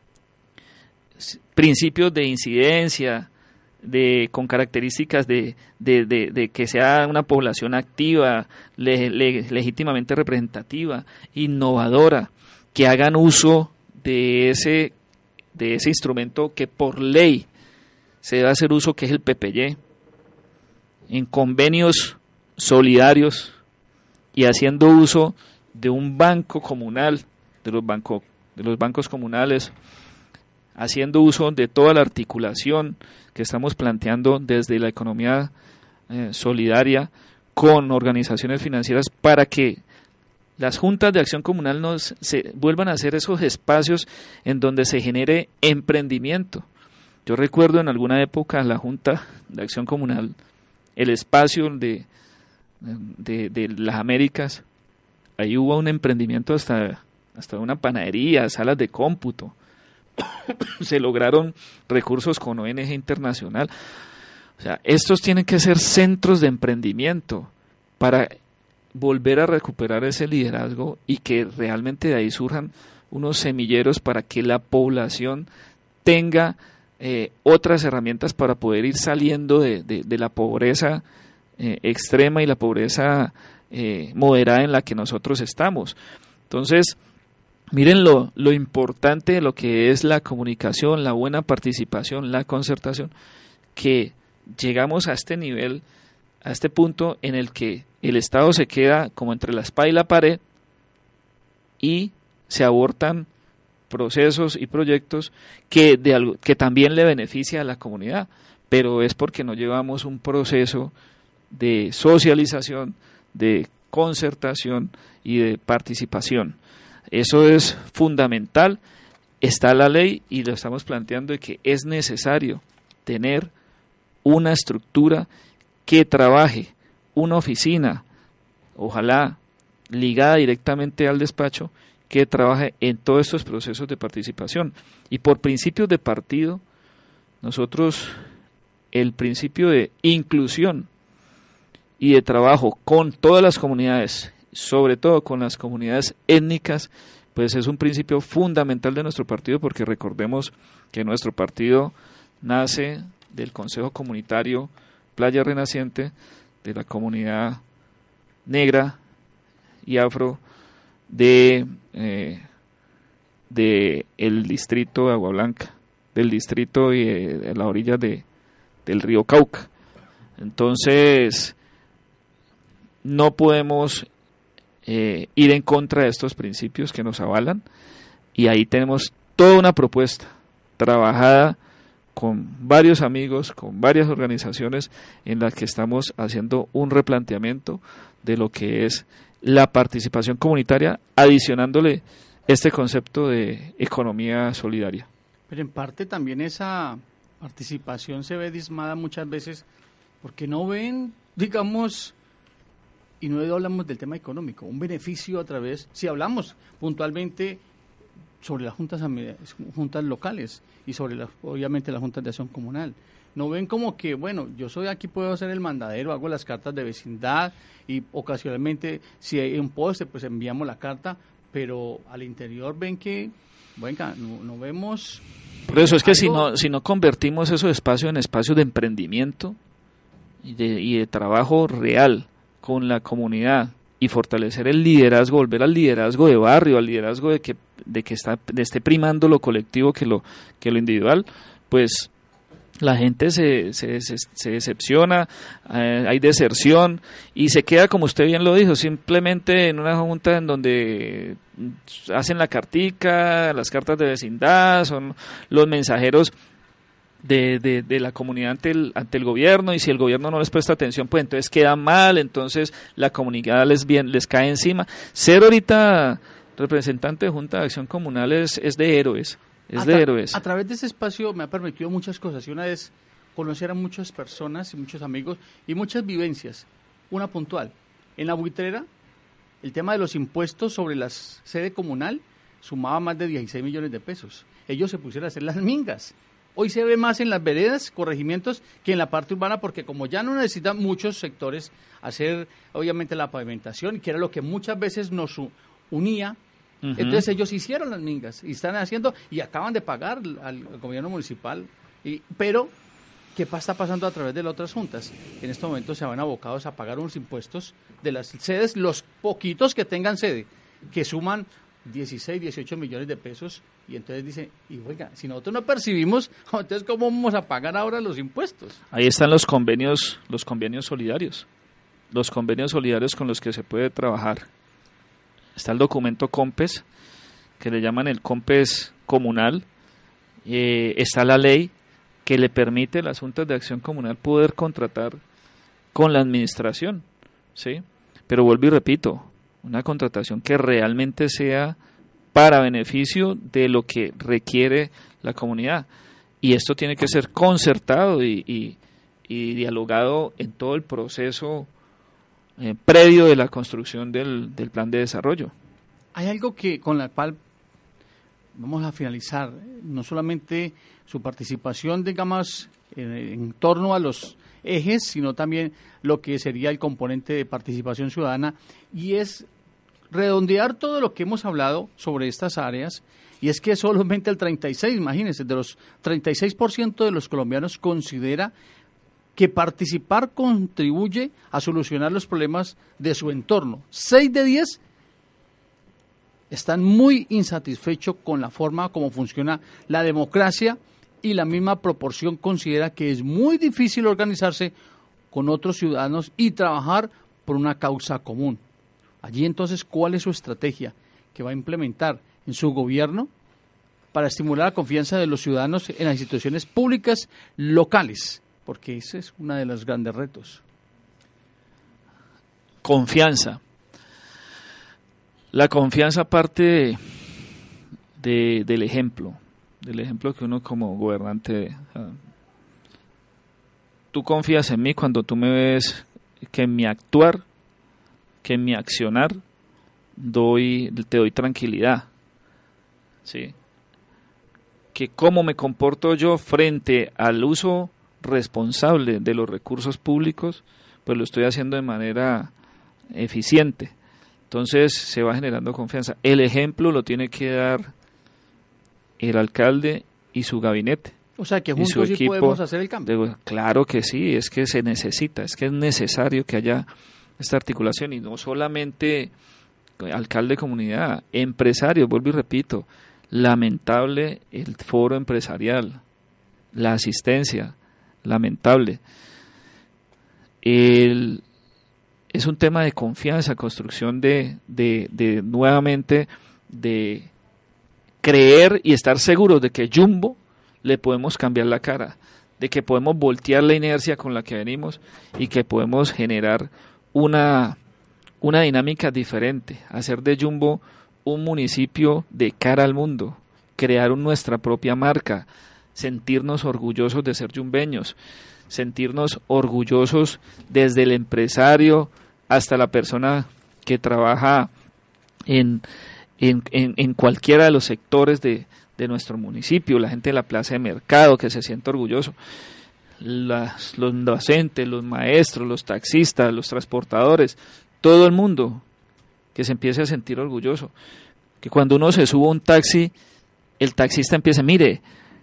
[SPEAKER 2] principios de incidencia, de, con características de, de, de, de que sea una población activa, le, le, legítimamente representativa, innovadora, que hagan uso de ese, de ese instrumento que por ley se debe hacer uso, que es el P P Y, en convenios solidarios y haciendo uso de un banco comunal, de los, banco, de los bancos comunales, haciendo uso de toda la articulación que estamos planteando desde la economía eh, solidaria con organizaciones financieras, para que las juntas de acción comunal nos se vuelvan a ser esos espacios en donde se genere emprendimiento. Yo recuerdo en alguna época la Junta de Acción Comunal, el espacio de, de, de las Américas, ahí hubo un emprendimiento hasta, hasta una panadería, salas de cómputo. Se lograron recursos con O N G internacional. O sea, estos tienen que ser centros de emprendimiento para volver a recuperar ese liderazgo y que realmente de ahí surjan unos semilleros para que la población tenga eh, otras herramientas para poder ir saliendo de, de, de la pobreza eh, extrema y la pobreza eh, moderada en la que nosotros estamos. Entonces, miren lo, lo importante de lo que es la comunicación, la buena participación, la concertación, que llegamos a este nivel, a este punto en el que el Estado se queda como entre la espada y la pared y se abortan procesos y proyectos que, de algo, que también le beneficia a la comunidad, pero es porque no llevamos un proceso de socialización, de concertación y de participación. Eso es fundamental. Está la ley y lo estamos planteando de que es necesario tener una estructura que trabaje, una oficina, ojalá ligada directamente al despacho, que trabaje en todos estos procesos de participación. Y por principios de partido, nosotros el principio de inclusión y de trabajo con todas las comunidades, sobre todo con las comunidades étnicas, pues es un principio fundamental de nuestro partido, porque recordemos que nuestro partido nace del Consejo Comunitario Playa Renaciente, de la comunidad negra y afro de, eh, de el distrito de Agua Blanca, del distrito y eh, de la orilla de, del río Cauca. Entonces, no podemos eh, ir en contra de estos principios que nos avalan, y ahí tenemos toda una propuesta trabajada con varios amigos, con varias organizaciones, en las que estamos haciendo un replanteamiento de lo que es la participación comunitaria, adicionándole este concepto de economía solidaria.
[SPEAKER 3] Pero en parte también esa participación se ve diezmada muchas veces porque no ven, digamos, y no hablamos del tema económico, un beneficio a través, si hablamos puntualmente sobre las juntas, juntas locales y sobre las, obviamente las juntas de acción comunal. No ven como que, bueno, yo soy aquí, puedo ser el mandadero, hago las cartas de vecindad y ocasionalmente si hay un poste, pues enviamos la carta, pero al interior ven que, venga, no, no vemos...
[SPEAKER 2] Por eso es que algo... si no si no convertimos esos espacios en espacios de emprendimiento y de, y de trabajo real con la comunidad, y fortalecer el liderazgo, volver al liderazgo de barrio, al liderazgo de que de que está de esté primando lo colectivo que lo que lo individual, pues la gente se se, se, se decepciona, eh, hay deserción y se queda, como usted bien lo dijo, simplemente en una junta en donde hacen la cartica, las cartas de vecindad, son los mensajeros De, de, de la comunidad ante el, ante el gobierno, y si el gobierno no les presta atención, pues entonces queda mal, entonces la comunidad les bien les cae encima. Ser ahorita representante de Junta de Acción Comunal es, es de héroes, es
[SPEAKER 3] a
[SPEAKER 2] de
[SPEAKER 3] tra-
[SPEAKER 2] héroes.
[SPEAKER 3] A través de ese espacio me ha permitido muchas cosas, y una es conocer a muchas personas y muchos amigos y muchas vivencias. Una puntual, en la Buitrera, el tema de los impuestos sobre la sede comunal sumaba más de dieciséis millones de pesos. Ellos se pusieron a hacer las mingas. Hoy se ve más en las veredas, corregimientos, que en la parte urbana, porque como ya no necesitan muchos sectores hacer, obviamente, la pavimentación, que era lo que muchas veces nos unía, uh-huh. Entonces ellos hicieron las mingas, y están haciendo, y acaban de pagar al, al gobierno municipal, y, pero, ¿qué está pasando a través de las otras juntas? En este momento se van abocados a pagar unos impuestos de las sedes, los poquitos que tengan sede, que suman dieciséis, dieciocho millones de pesos, y entonces dice, y oiga, si nosotros no percibimos, entonces ¿cómo vamos a pagar ahora los impuestos?
[SPEAKER 2] Ahí están los convenios, los convenios solidarios, los convenios solidarios con los que se puede trabajar. Está el documento COMPES, que le llaman el COMPES comunal, eh, está la ley que le permite a las juntas de acción comunal poder contratar con la administración, ¿sí? Pero vuelvo y repito, una contratación que realmente sea para beneficio de lo que requiere la comunidad. Y esto tiene que ser concertado y, y, y dialogado en todo el proceso eh, previo de la construcción del, del plan de desarrollo.
[SPEAKER 3] Hay algo que con la cual vamos a finalizar, no solamente su participación, digamos, en, en torno a los ejes, sino también lo que sería el componente de participación ciudadana, y es redondear todo lo que hemos hablado sobre estas áreas, y es que solamente el treinta y seis, imagínense, de los treinta y seis por ciento de los colombianos considera que participar contribuye a solucionar los problemas de su entorno. seis de diez están muy insatisfechos con la forma como funciona la democracia y la misma proporción considera que es muy difícil organizarse con otros ciudadanos y trabajar por una causa común. Allí entonces, ¿cuál es su estrategia que va a implementar en su gobierno para estimular la confianza de los ciudadanos en las instituciones públicas locales? Porque ese es uno de los grandes retos.
[SPEAKER 2] Confianza. La confianza parte de, de, del ejemplo, del ejemplo que uno como gobernante... Uh, tú confías en mí cuando tú me ves que en mi actuar, que en mi accionar, doy, te doy tranquilidad, ¿sí? Que cómo me comporto yo frente al uso responsable de los recursos públicos, pues lo estoy haciendo de manera eficiente. Entonces se va generando confianza. El ejemplo lo tiene que dar el alcalde y su gabinete.
[SPEAKER 3] O sea, que juntos sí podemos hacer el cambio.
[SPEAKER 2] De, claro que sí, es que se necesita, es que es necesario que haya esta articulación, y no solamente alcalde, comunidad, empresarios, vuelvo y repito, lamentable el foro empresarial, la asistencia, lamentable. El, es un tema de confianza, construcción de, de, de nuevamente, de creer y estar seguros de que Jumbo le podemos cambiar la cara, de que podemos voltear la inercia con la que venimos y que podemos generar una, una dinámica diferente, hacer de Jumbo un municipio de cara al mundo, crear un, nuestra propia marca, sentirnos orgullosos de ser yumbeños, sentirnos orgullosos desde el empresario hasta la persona que trabaja en, en, en, en cualquiera de los sectores de de nuestro municipio, la gente de la plaza de mercado que se siente orgulloso, las, los docentes, los maestros, los taxistas, los transportadores, todo el mundo que se empiece a sentir orgulloso, que cuando uno se sube a un taxi, el taxista empiece, mire,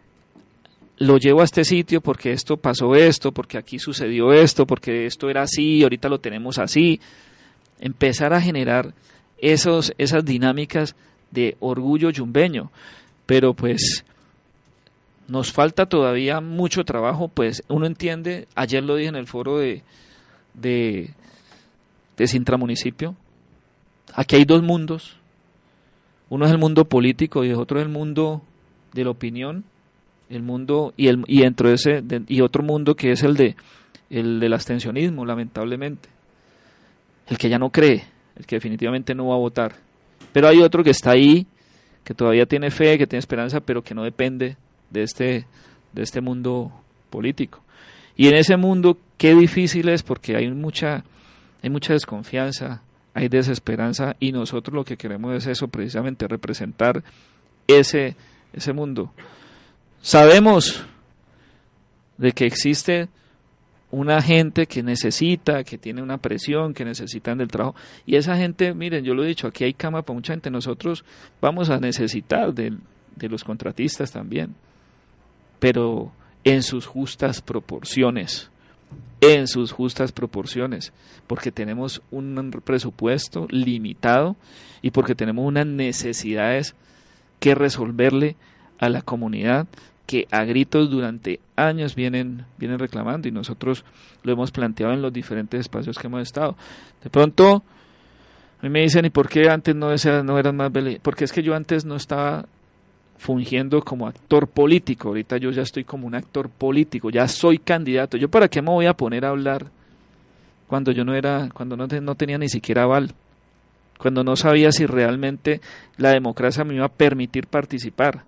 [SPEAKER 2] lo llevo a este sitio porque esto pasó esto, porque aquí sucedió esto, porque esto era así, ahorita lo tenemos así, empezar a generar esos, esas dinámicas de orgullo yumbeño. Pero pues nos falta todavía mucho trabajo, pues uno entiende, ayer lo dije en el foro de, de, de Sintramunicipio, aquí hay dos mundos, uno es el mundo político y el otro es el mundo de la opinión, el mundo y el y dentro de ese de, y otro mundo que es el de el del abstencionismo, lamentablemente, el que ya no cree, el que definitivamente no va a votar, pero hay otro que está ahí, que todavía tiene fe, que tiene esperanza, pero que no depende de este, de este mundo político. Y en ese mundo, qué difícil es, porque hay mucha, hay mucha desconfianza, hay desesperanza, y nosotros lo que queremos es eso, precisamente, representar ese, ese mundo. Sabemos de que existe una gente que necesita, que tiene una presión, que necesitan del trabajo, y esa gente, miren, yo lo he dicho, aquí hay cama para mucha gente, nosotros vamos a necesitar de, de los contratistas también, pero en sus justas proporciones, en sus justas proporciones, porque tenemos un presupuesto limitado y porque tenemos unas necesidades que resolverle a la comunidad, que a gritos durante años vienen, vienen reclamando, y nosotros lo hemos planteado en los diferentes espacios que hemos estado. De pronto, a mí me dicen, ¿y por qué antes no, no eran más vele-? Porque es que yo antes no estaba fungiendo como actor político, ahorita yo ya estoy como un actor político, ya soy candidato. ¿Yo para qué me voy a poner a hablar cuando yo no era, cuando no, no tenía ni siquiera aval? Cuando no sabía si realmente la democracia me iba a permitir participar.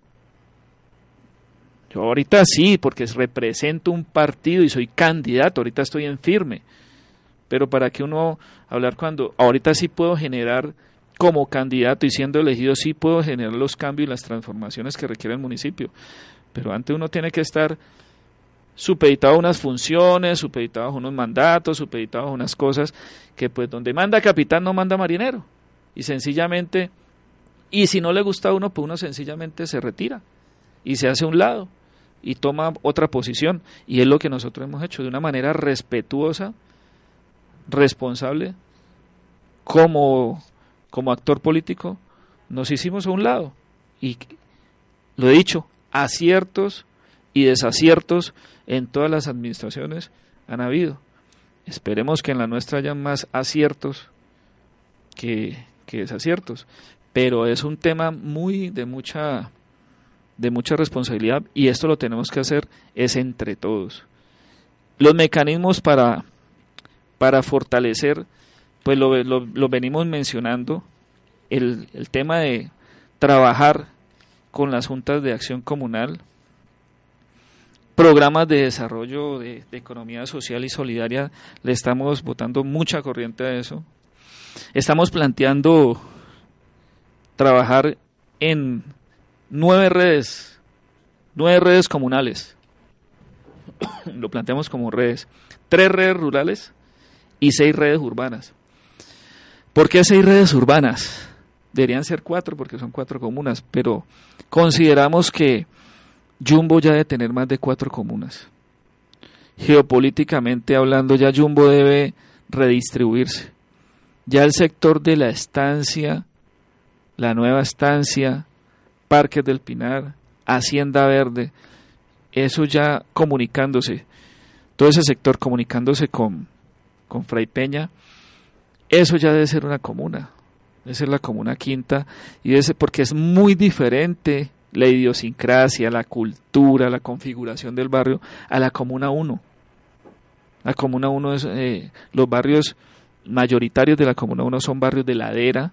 [SPEAKER 2] Yo ahorita sí, porque represento un partido y soy candidato, ahorita estoy en firme, pero ¿para qué uno hablar cuando ahorita sí puedo generar como candidato y siendo elegido sí puedo generar los cambios y las transformaciones que requiere el municipio? Pero antes uno tiene que estar supeditado a unas funciones, supeditado a unos mandatos, supeditado a unas cosas que pues donde manda capitán no manda marinero, y sencillamente, y si no le gusta a uno, pues uno sencillamente se retira y se hace a un lado y toma otra posición, y es lo que nosotros hemos hecho de una manera respetuosa, responsable, como, como actor político, nos hicimos a un lado, y lo he dicho, aciertos y desaciertos en todas las administraciones han habido. Esperemos que en la nuestra haya más aciertos que, que desaciertos, pero es un tema muy de mucha de mucha responsabilidad, y esto lo tenemos que hacer es entre todos. Los mecanismos para para fortalecer, pues lo, lo, lo venimos mencionando, el, el tema de trabajar con las juntas de acción comunal, programas de desarrollo de, de economía social y solidaria, le estamos botando mucha corriente a eso. Estamos planteando trabajar en nueve redes, nueve redes comunales, lo planteamos como redes, tres redes rurales y seis redes urbanas. ¿Por qué seis redes urbanas? Deberían ser cuatro porque son cuatro comunas, pero consideramos que Jumbo ya debe tener más de cuatro comunas. Geopolíticamente hablando, ya Jumbo debe redistribuirse. Ya el sector de la estancia, la nueva estancia, Parques del Pinar, Hacienda Verde, eso ya comunicándose, todo ese sector comunicándose con, con Fray Peña, eso ya debe ser una comuna, debe ser la comuna quinta, y debe ser, porque es muy diferente la idiosincrasia, la cultura, la configuración del barrio a la comuna uno. La comuna uno es, eh, los barrios mayoritarios de la comuna uno son barrios de ladera,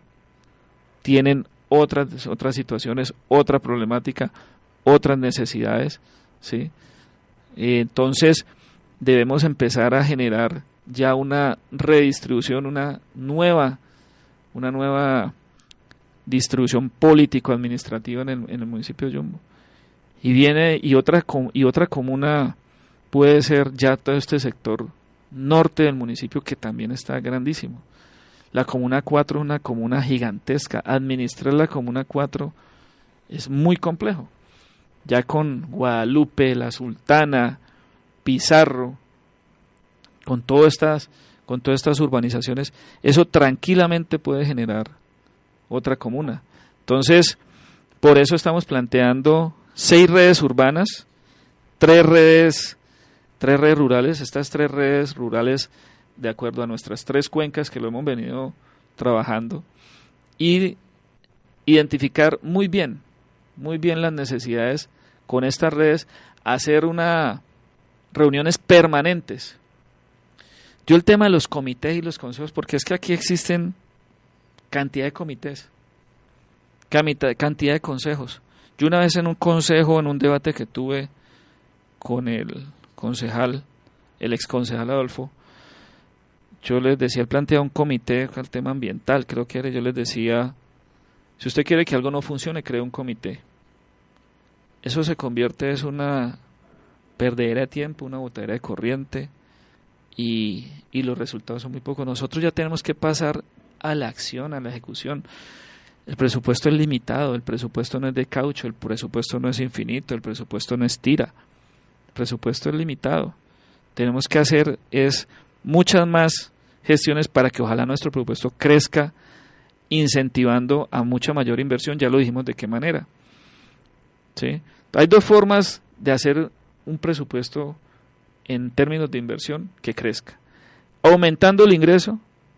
[SPEAKER 2] tienen otras otras situaciones, otra problemática, otras necesidades, ¿sí? Entonces debemos empezar a generar ya una redistribución, una nueva una nueva distribución político-administrativa en el, en el municipio de Jumbo. Y viene y otra y otra comuna puede ser ya todo este sector norte del municipio, que también está grandísimo. La comuna cuatro es una comuna gigantesca. Administrar la comuna cuatro es muy complejo. Ya con Guadalupe, La Sultana, Pizarro, con todas estas, con todas estas urbanizaciones, eso tranquilamente puede generar otra comuna. Entonces, por eso estamos planteando seis redes urbanas, tres redes, tres redes rurales. Estas tres redes rurales, de acuerdo a nuestras tres cuencas que lo hemos venido trabajando, y identificar muy bien, muy bien las necesidades con estas redes, hacer una reuniones permanentes. Yo el tema de los comités y los consejos, porque es que aquí existen cantidad de comités, cantidad de consejos. Yo una vez en un consejo, en un debate que tuve con el concejal, el ex concejal Adolfo, yo les decía, él plantea un comité al tema ambiental, creo que era, yo les decía, si usted quiere que algo no funcione, cree un comité. Eso se convierte en una perdedera de tiempo, una botadera de corriente, y, y los resultados son muy pocos. Nosotros ya tenemos que pasar a la acción, a la ejecución. El presupuesto es limitado, el presupuesto no es de caucho, el presupuesto no es infinito, el presupuesto no estira, el presupuesto es limitado. Tenemos que hacer es muchas más gestiones para que ojalá nuestro presupuesto crezca, incentivando a mucha mayor inversión. Ya lo dijimos de qué manera, ¿sí? Hay dos formas de hacer un presupuesto en términos de inversión que crezca: aumentando el ingreso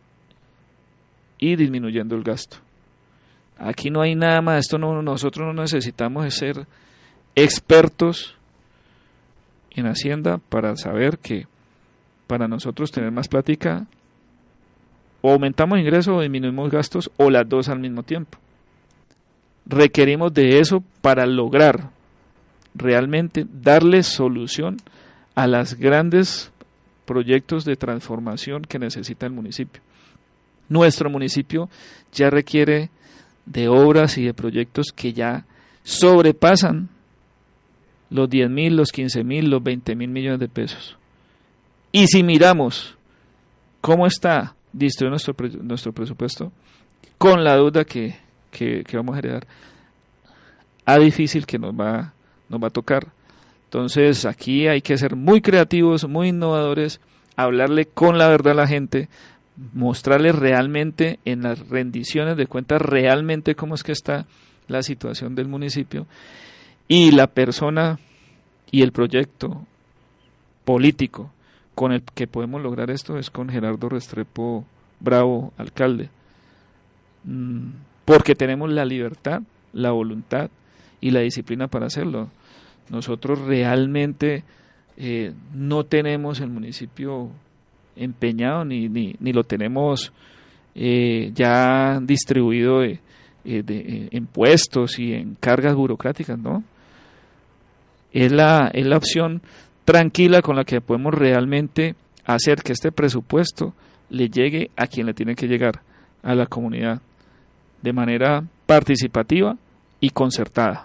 [SPEAKER 2] y disminuyendo el gasto. Aquí no hay nada más. Esto no, nosotros no necesitamos ser expertos en Hacienda para saber que para nosotros tener más plática, o aumentamos ingresos o disminuimos gastos, o las dos al mismo tiempo. Requerimos de eso para lograr realmente darle solución a los grandes proyectos de transformación que necesita el municipio. Nuestro municipio ya requiere de obras y de proyectos que ya sobrepasan los diez mil, los quince mil, los veinte mil millones de pesos. Y si miramos cómo está distribuido nuestro, pre, nuestro presupuesto, con la deuda que, que, que vamos a heredar, a difícil que nos va, nos va a tocar. Entonces aquí hay que ser muy creativos, muy innovadores, hablarle con la verdad a la gente, mostrarle realmente en las rendiciones de cuentas realmente cómo es que está la situación del municipio, y la persona Y el proyecto político con el que podemos lograr esto es con Gerardo Restrepo Bravo, alcalde, mm, porque tenemos la libertad, la voluntad y la disciplina para hacerlo. Nosotros realmente eh, no tenemos el municipio empeñado ni, ni, ni lo tenemos eh, ya distribuido de, eh, de, eh, en puestos y en cargas burocráticas, ¿no? Es la, es la opción tranquila con la que podemos realmente hacer que este presupuesto le llegue a quien le tiene que llegar, a la comunidad, de manera participativa y concertada.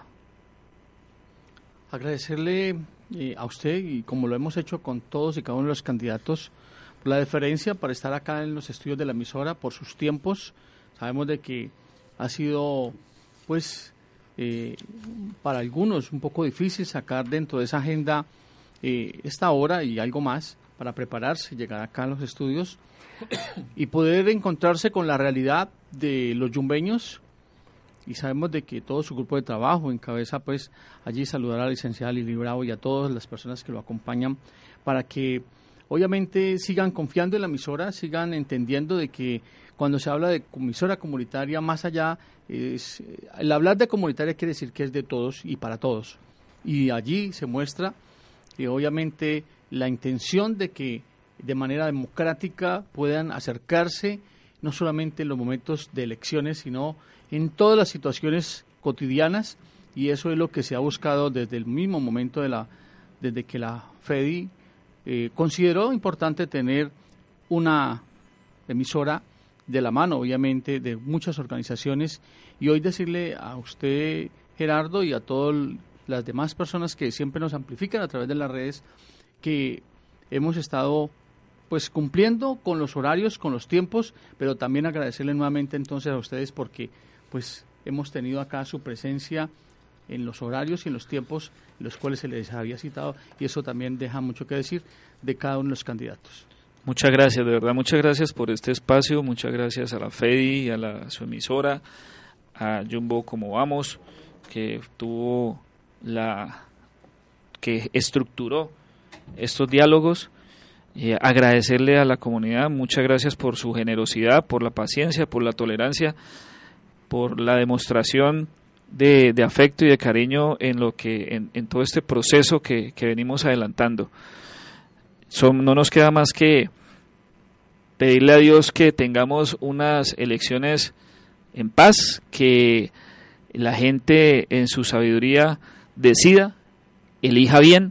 [SPEAKER 3] Agradecerle eh, a usted, y como lo hemos hecho con todos y cada uno de los candidatos, por la deferencia para estar acá en los estudios de la emisora, por sus tiempos. Sabemos de que ha sido, pues, eh, para algunos un poco difícil sacar dentro de esa agenda eh, esta hora y algo más para prepararse, llegar acá a los estudios y poder encontrarse con la realidad de los yumbeños. Y sabemos de que todo su grupo de trabajo encabeza, pues, allí saludar a la licenciada Lili Bravo y a todas las personas que lo acompañan para que obviamente sigan confiando en la emisora, sigan entendiendo de que cuando se habla de emisora comunitaria, más allá, es, el hablar de comunitaria quiere decir que es de todos y para todos. Y allí se muestra que obviamente la intención de que de manera democrática puedan acercarse no solamente en los momentos de elecciones, sino en todas las situaciones cotidianas, y eso es lo que se ha buscado desde el mismo momento de la, desde que la FEDI eh, consideró importante tener una emisora de la mano, obviamente, de muchas organizaciones. Y hoy decirle a usted, Gerardo, y a todas las demás personas que siempre nos amplifican a través de las redes, que hemos estado pues cumpliendo con los horarios, con los tiempos, pero también agradecerle nuevamente entonces a ustedes porque pues hemos tenido acá su presencia en los horarios y en los tiempos en los cuales se les había citado, y eso también deja mucho que decir de cada uno de los candidatos.
[SPEAKER 2] Muchas gracias, de verdad, muchas gracias por este espacio, muchas gracias a la FEDI, a, la, a su emisora, a Jumbo Como Vamos, que tuvo la, que estructuró estos diálogos. Eh, agradecerle a la comunidad, muchas gracias por su generosidad, por la paciencia, por la tolerancia, por la demostración de, de afecto y de cariño en lo que en, en todo este proceso que, que venimos adelantando. Son, no nos queda más que pedirle a Dios que tengamos unas elecciones en paz, que la gente en su sabiduría decida, elija bien,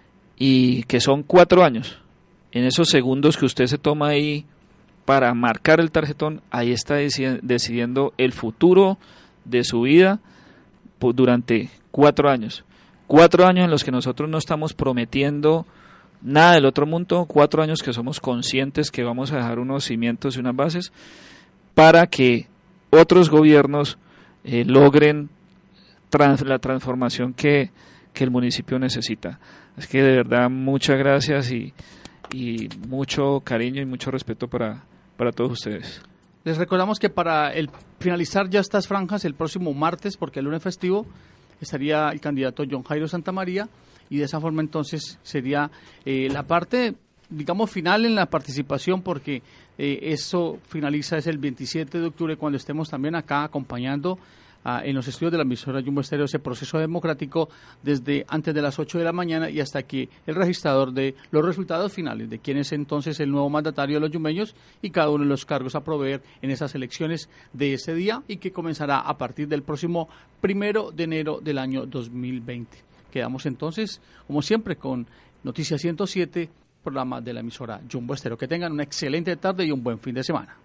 [SPEAKER 2] y que son cuatro años. En esos segundos que usted se toma ahí para marcar el tarjetón, ahí está decidiendo el futuro de su vida durante cuatro años. Cuatro años en los que nosotros no estamos prometiendo nada del otro mundo, cuatro años que somos conscientes que vamos a dejar unos cimientos y unas bases para que otros gobiernos eh, logren trans, la transformación que, que el municipio necesita. Es que de verdad muchas gracias y y mucho cariño y mucho respeto para, para todos ustedes.
[SPEAKER 3] Les recordamos que para el finalizar ya estas franjas el próximo martes, porque el lunes festivo, estaría el candidato John Jairo Santamaría, y de esa forma entonces sería eh, la parte, digamos, final en la participación, porque eh, eso finaliza es el veintisiete de octubre, cuando estemos también acá acompañando Uh, en los estudios de la emisora Jumbo Estéreo ese proceso democrático desde antes de las ocho de la mañana y hasta que el registrador de los resultados finales de quién es entonces el nuevo mandatario de los yumbeños y cada uno de los cargos a proveer en esas elecciones de ese día, y que comenzará a partir del próximo primero de enero del año dos mil veinte. Quedamos entonces, como siempre, con Noticias ciento siete, programa de la emisora Jumbo Estéreo. Que tengan una excelente tarde y un buen fin de semana.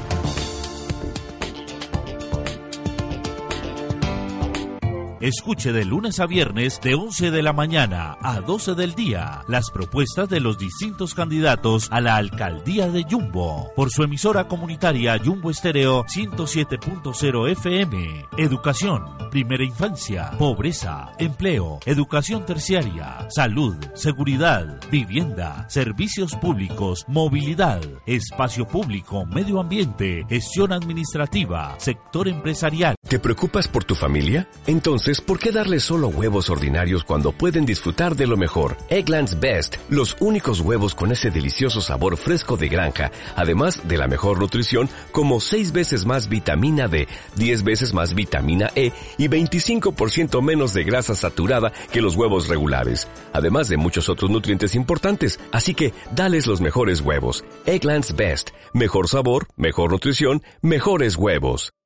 [SPEAKER 9] Escuche de lunes a viernes de once de la mañana a doce del día las propuestas de los distintos candidatos a la alcaldía de Jumbo por su emisora comunitaria Jumbo Estéreo ciento siete punto cero F M. Educación, primera infancia, pobreza, empleo, educación terciaria, salud, seguridad, vivienda, servicios públicos, movilidad, espacio público, medio ambiente, gestión administrativa, sector empresarial.
[SPEAKER 10] ¿Te preocupas por tu familia? Entonces Entonces, ¿por qué darles solo huevos ordinarios cuando pueden disfrutar de lo mejor? Eggland's Best, los únicos huevos con ese delicioso sabor fresco de granja, además de la mejor nutrición, como seis veces más vitamina D, diez veces más vitamina E y veinticinco por ciento menos de grasa saturada que los huevos regulares, además de muchos otros nutrientes importantes. Así que, dales los mejores huevos. Eggland's Best. Mejor sabor, mejor nutrición, mejores huevos.